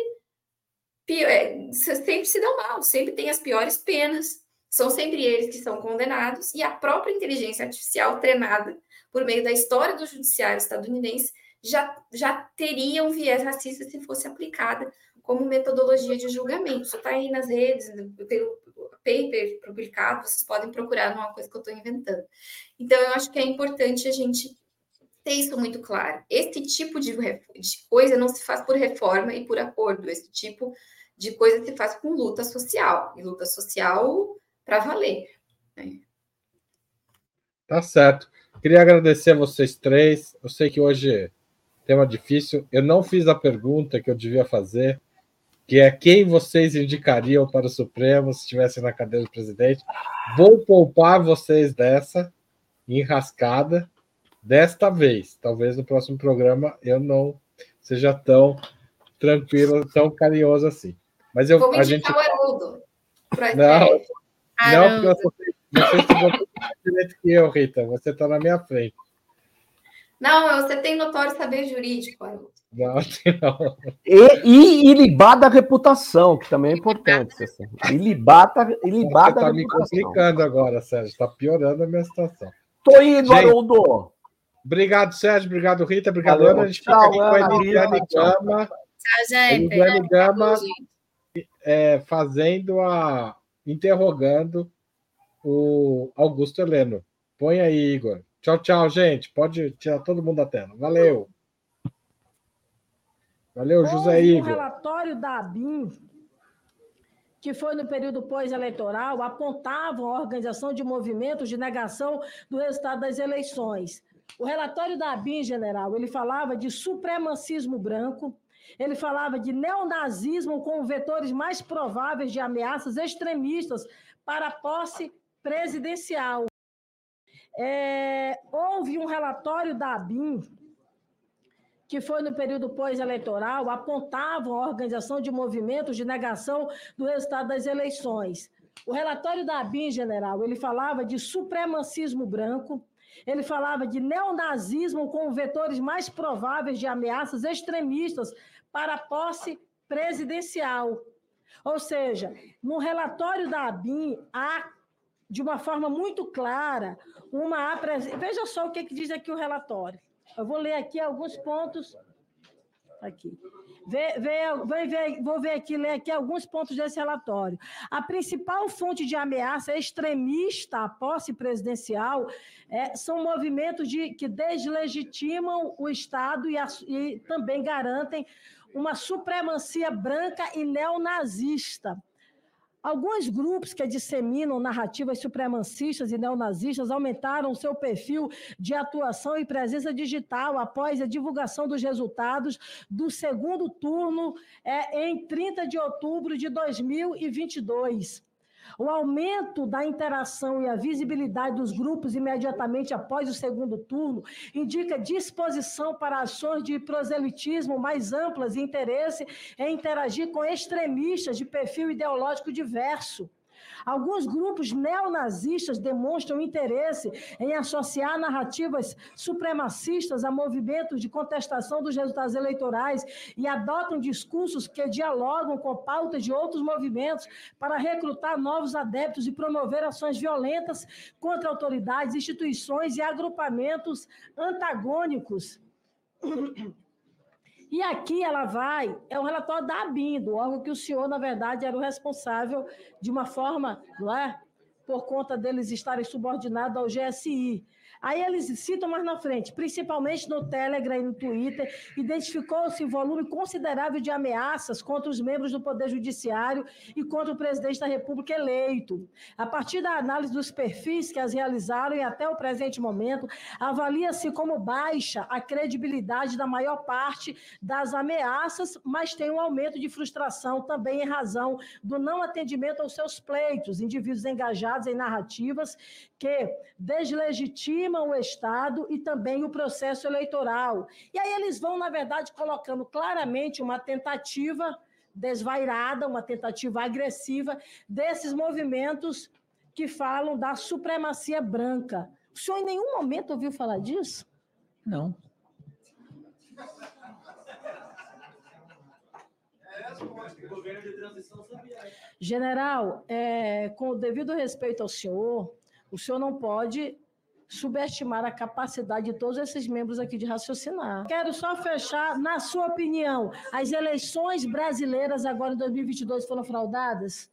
[SPEAKER 4] sempre se dão mal, sempre têm as piores penas, são sempre eles que são condenados, e a própria inteligência artificial treinada por meio da história do judiciário estadunidense já, já teria um viés racista se fosse aplicada como metodologia de julgamento. Isso está aí nas redes, pelo paper publicado, vocês podem procurar, não é uma coisa que eu estou inventando. Então, eu acho que é importante a gente ter isso muito claro. Esse tipo de, de coisa não se faz por reforma e por acordo, esse tipo de coisa se faz com luta social, e luta social para valer. Né?
[SPEAKER 1] Tá certo. Queria agradecer a vocês três. Eu sei que hoje é tema difícil. Eu não fiz a pergunta que eu devia fazer, que é quem vocês indicariam para o Supremo se estivessem na cadeira do presidente. Vou poupar vocês dessa enrascada desta vez. Talvez no próximo programa eu não seja tão tranquilo, tão carinhoso assim. Mas eu,
[SPEAKER 4] Vou me
[SPEAKER 1] a
[SPEAKER 4] indicar
[SPEAKER 1] gente...
[SPEAKER 4] o Haroldo.
[SPEAKER 1] Não, não, porque você, você estudou muito mais direito que eu, Rita. Você está na minha frente.
[SPEAKER 4] Não, você tem notório saber jurídico, Haroldo.
[SPEAKER 1] Não, não.
[SPEAKER 3] E, e ilibar da reputação, que também é importante. Assim. Ilibar, tá, ilibar da
[SPEAKER 1] Você está
[SPEAKER 3] reputação.
[SPEAKER 1] me complicando agora, Sérgio. Está piorando a minha situação.
[SPEAKER 3] Tô indo,
[SPEAKER 1] Gente,
[SPEAKER 3] Haroldo.
[SPEAKER 1] Obrigado, Sérgio. Obrigado, Rita. Obrigado,
[SPEAKER 3] Valeu.
[SPEAKER 1] Ana. A gente
[SPEAKER 3] Tchau,
[SPEAKER 1] fica aqui com a
[SPEAKER 3] Ana,
[SPEAKER 1] Elisiane Gama.
[SPEAKER 2] Tchau, gente.
[SPEAKER 1] Elisiane Gama é, fazendo a... interrogando o Augusto Heleno. Põe aí, Igor. Tchau, tchau, gente. Pode tirar todo mundo da tela. Valeu. Valeu, José
[SPEAKER 5] Houve
[SPEAKER 1] Igor.
[SPEAKER 5] um relatório da ABIN, que foi no período pós-eleitoral, apontavam a organização de movimentos de negação do resultado das eleições. O relatório da ABIN, general, ele falava de supremacismo branco, ele falava de neonazismo com vetores mais prováveis de ameaças extremistas para a posse presidencial. É, houve um relatório da ABIN, que foi no período pós-eleitoral, apontavam a organização de movimentos de negação do resultado das eleições. O relatório da ABIN, general, ele falava de supremacismo branco, ele falava de neonazismo com vetores mais prováveis de ameaças extremistas para a posse presidencial. Ou seja, no relatório da ABIN, há, de uma forma muito clara, uma apresentação. Veja só o que, que diz aqui o relatório. Eu vou ler aqui alguns pontos. Aqui. Vê, vê, vê, vê, vou ver aqui, ler aqui alguns pontos desse relatório. A principal fonte de ameaça extremista à posse presidencial é, são movimentos de, que deslegitimam o Estado e, a, e também garantem uma supremacia branca e neonazista. Alguns grupos que disseminam narrativas supremacistas e neonazistas aumentaram seu perfil de atuação e presença digital após a divulgação dos resultados do segundo turno é, em trinta de outubro de dois mil e vinte e dois. O aumento da interação e a visibilidade dos grupos imediatamente após o segundo turno indica disposição para ações de proselitismo mais amplas e interesse em interagir com extremistas de perfil ideológico diverso. Alguns grupos neonazistas demonstram interesse em associar narrativas supremacistas a movimentos de contestação dos resultados eleitorais e adotam discursos que dialogam com pautas de outros movimentos para recrutar novos adeptos e promover ações violentas contra autoridades, instituições e agrupamentos antagônicos. E aqui ela vai, é o relatório da ABIN, do órgão que o senhor, na verdade, era o responsável de uma forma, não é? Por conta deles estarem subordinados ao G S I. Aí eles citam mais na frente, principalmente no Telegram e no Twitter, identificou-se um volume considerável de ameaças contra os membros do Poder Judiciário e contra o presidente da República eleito. A partir da análise dos perfis que as realizaram e até o presente momento, avalia-se como baixa a credibilidade da maior parte das ameaças, mas tem um aumento de frustração também em razão do não atendimento aos seus pleitos, indivíduos engajados em narrativas que deslegitimam o Estado e também o processo eleitoral. E aí eles vão, na verdade, colocando claramente uma tentativa desvairada, uma tentativa agressiva desses movimentos que falam da supremacia branca. O senhor em nenhum momento ouviu falar disso?
[SPEAKER 6] Não.
[SPEAKER 5] General, é, com o devido respeito ao senhor, o senhor não pode subestimar a capacidade de todos esses membros aqui de raciocinar. Quero só fechar, na sua opinião, as eleições brasileiras agora em dois mil e vinte e dois foram fraudadas?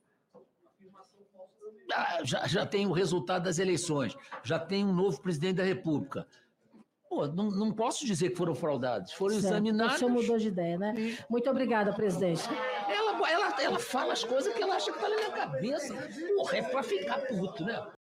[SPEAKER 6] Ah, já, já tem o resultado das eleições, já tem um novo presidente da República. Pô, não, não posso dizer que foram fraudados, foram certo. Examinados.
[SPEAKER 5] O senhor mudou de ideia, né? E... Muito obrigada, presidente.
[SPEAKER 6] Ela, ela, ela fala as coisas que ela acha que está na minha cabeça. Porra, é para ficar puto, né?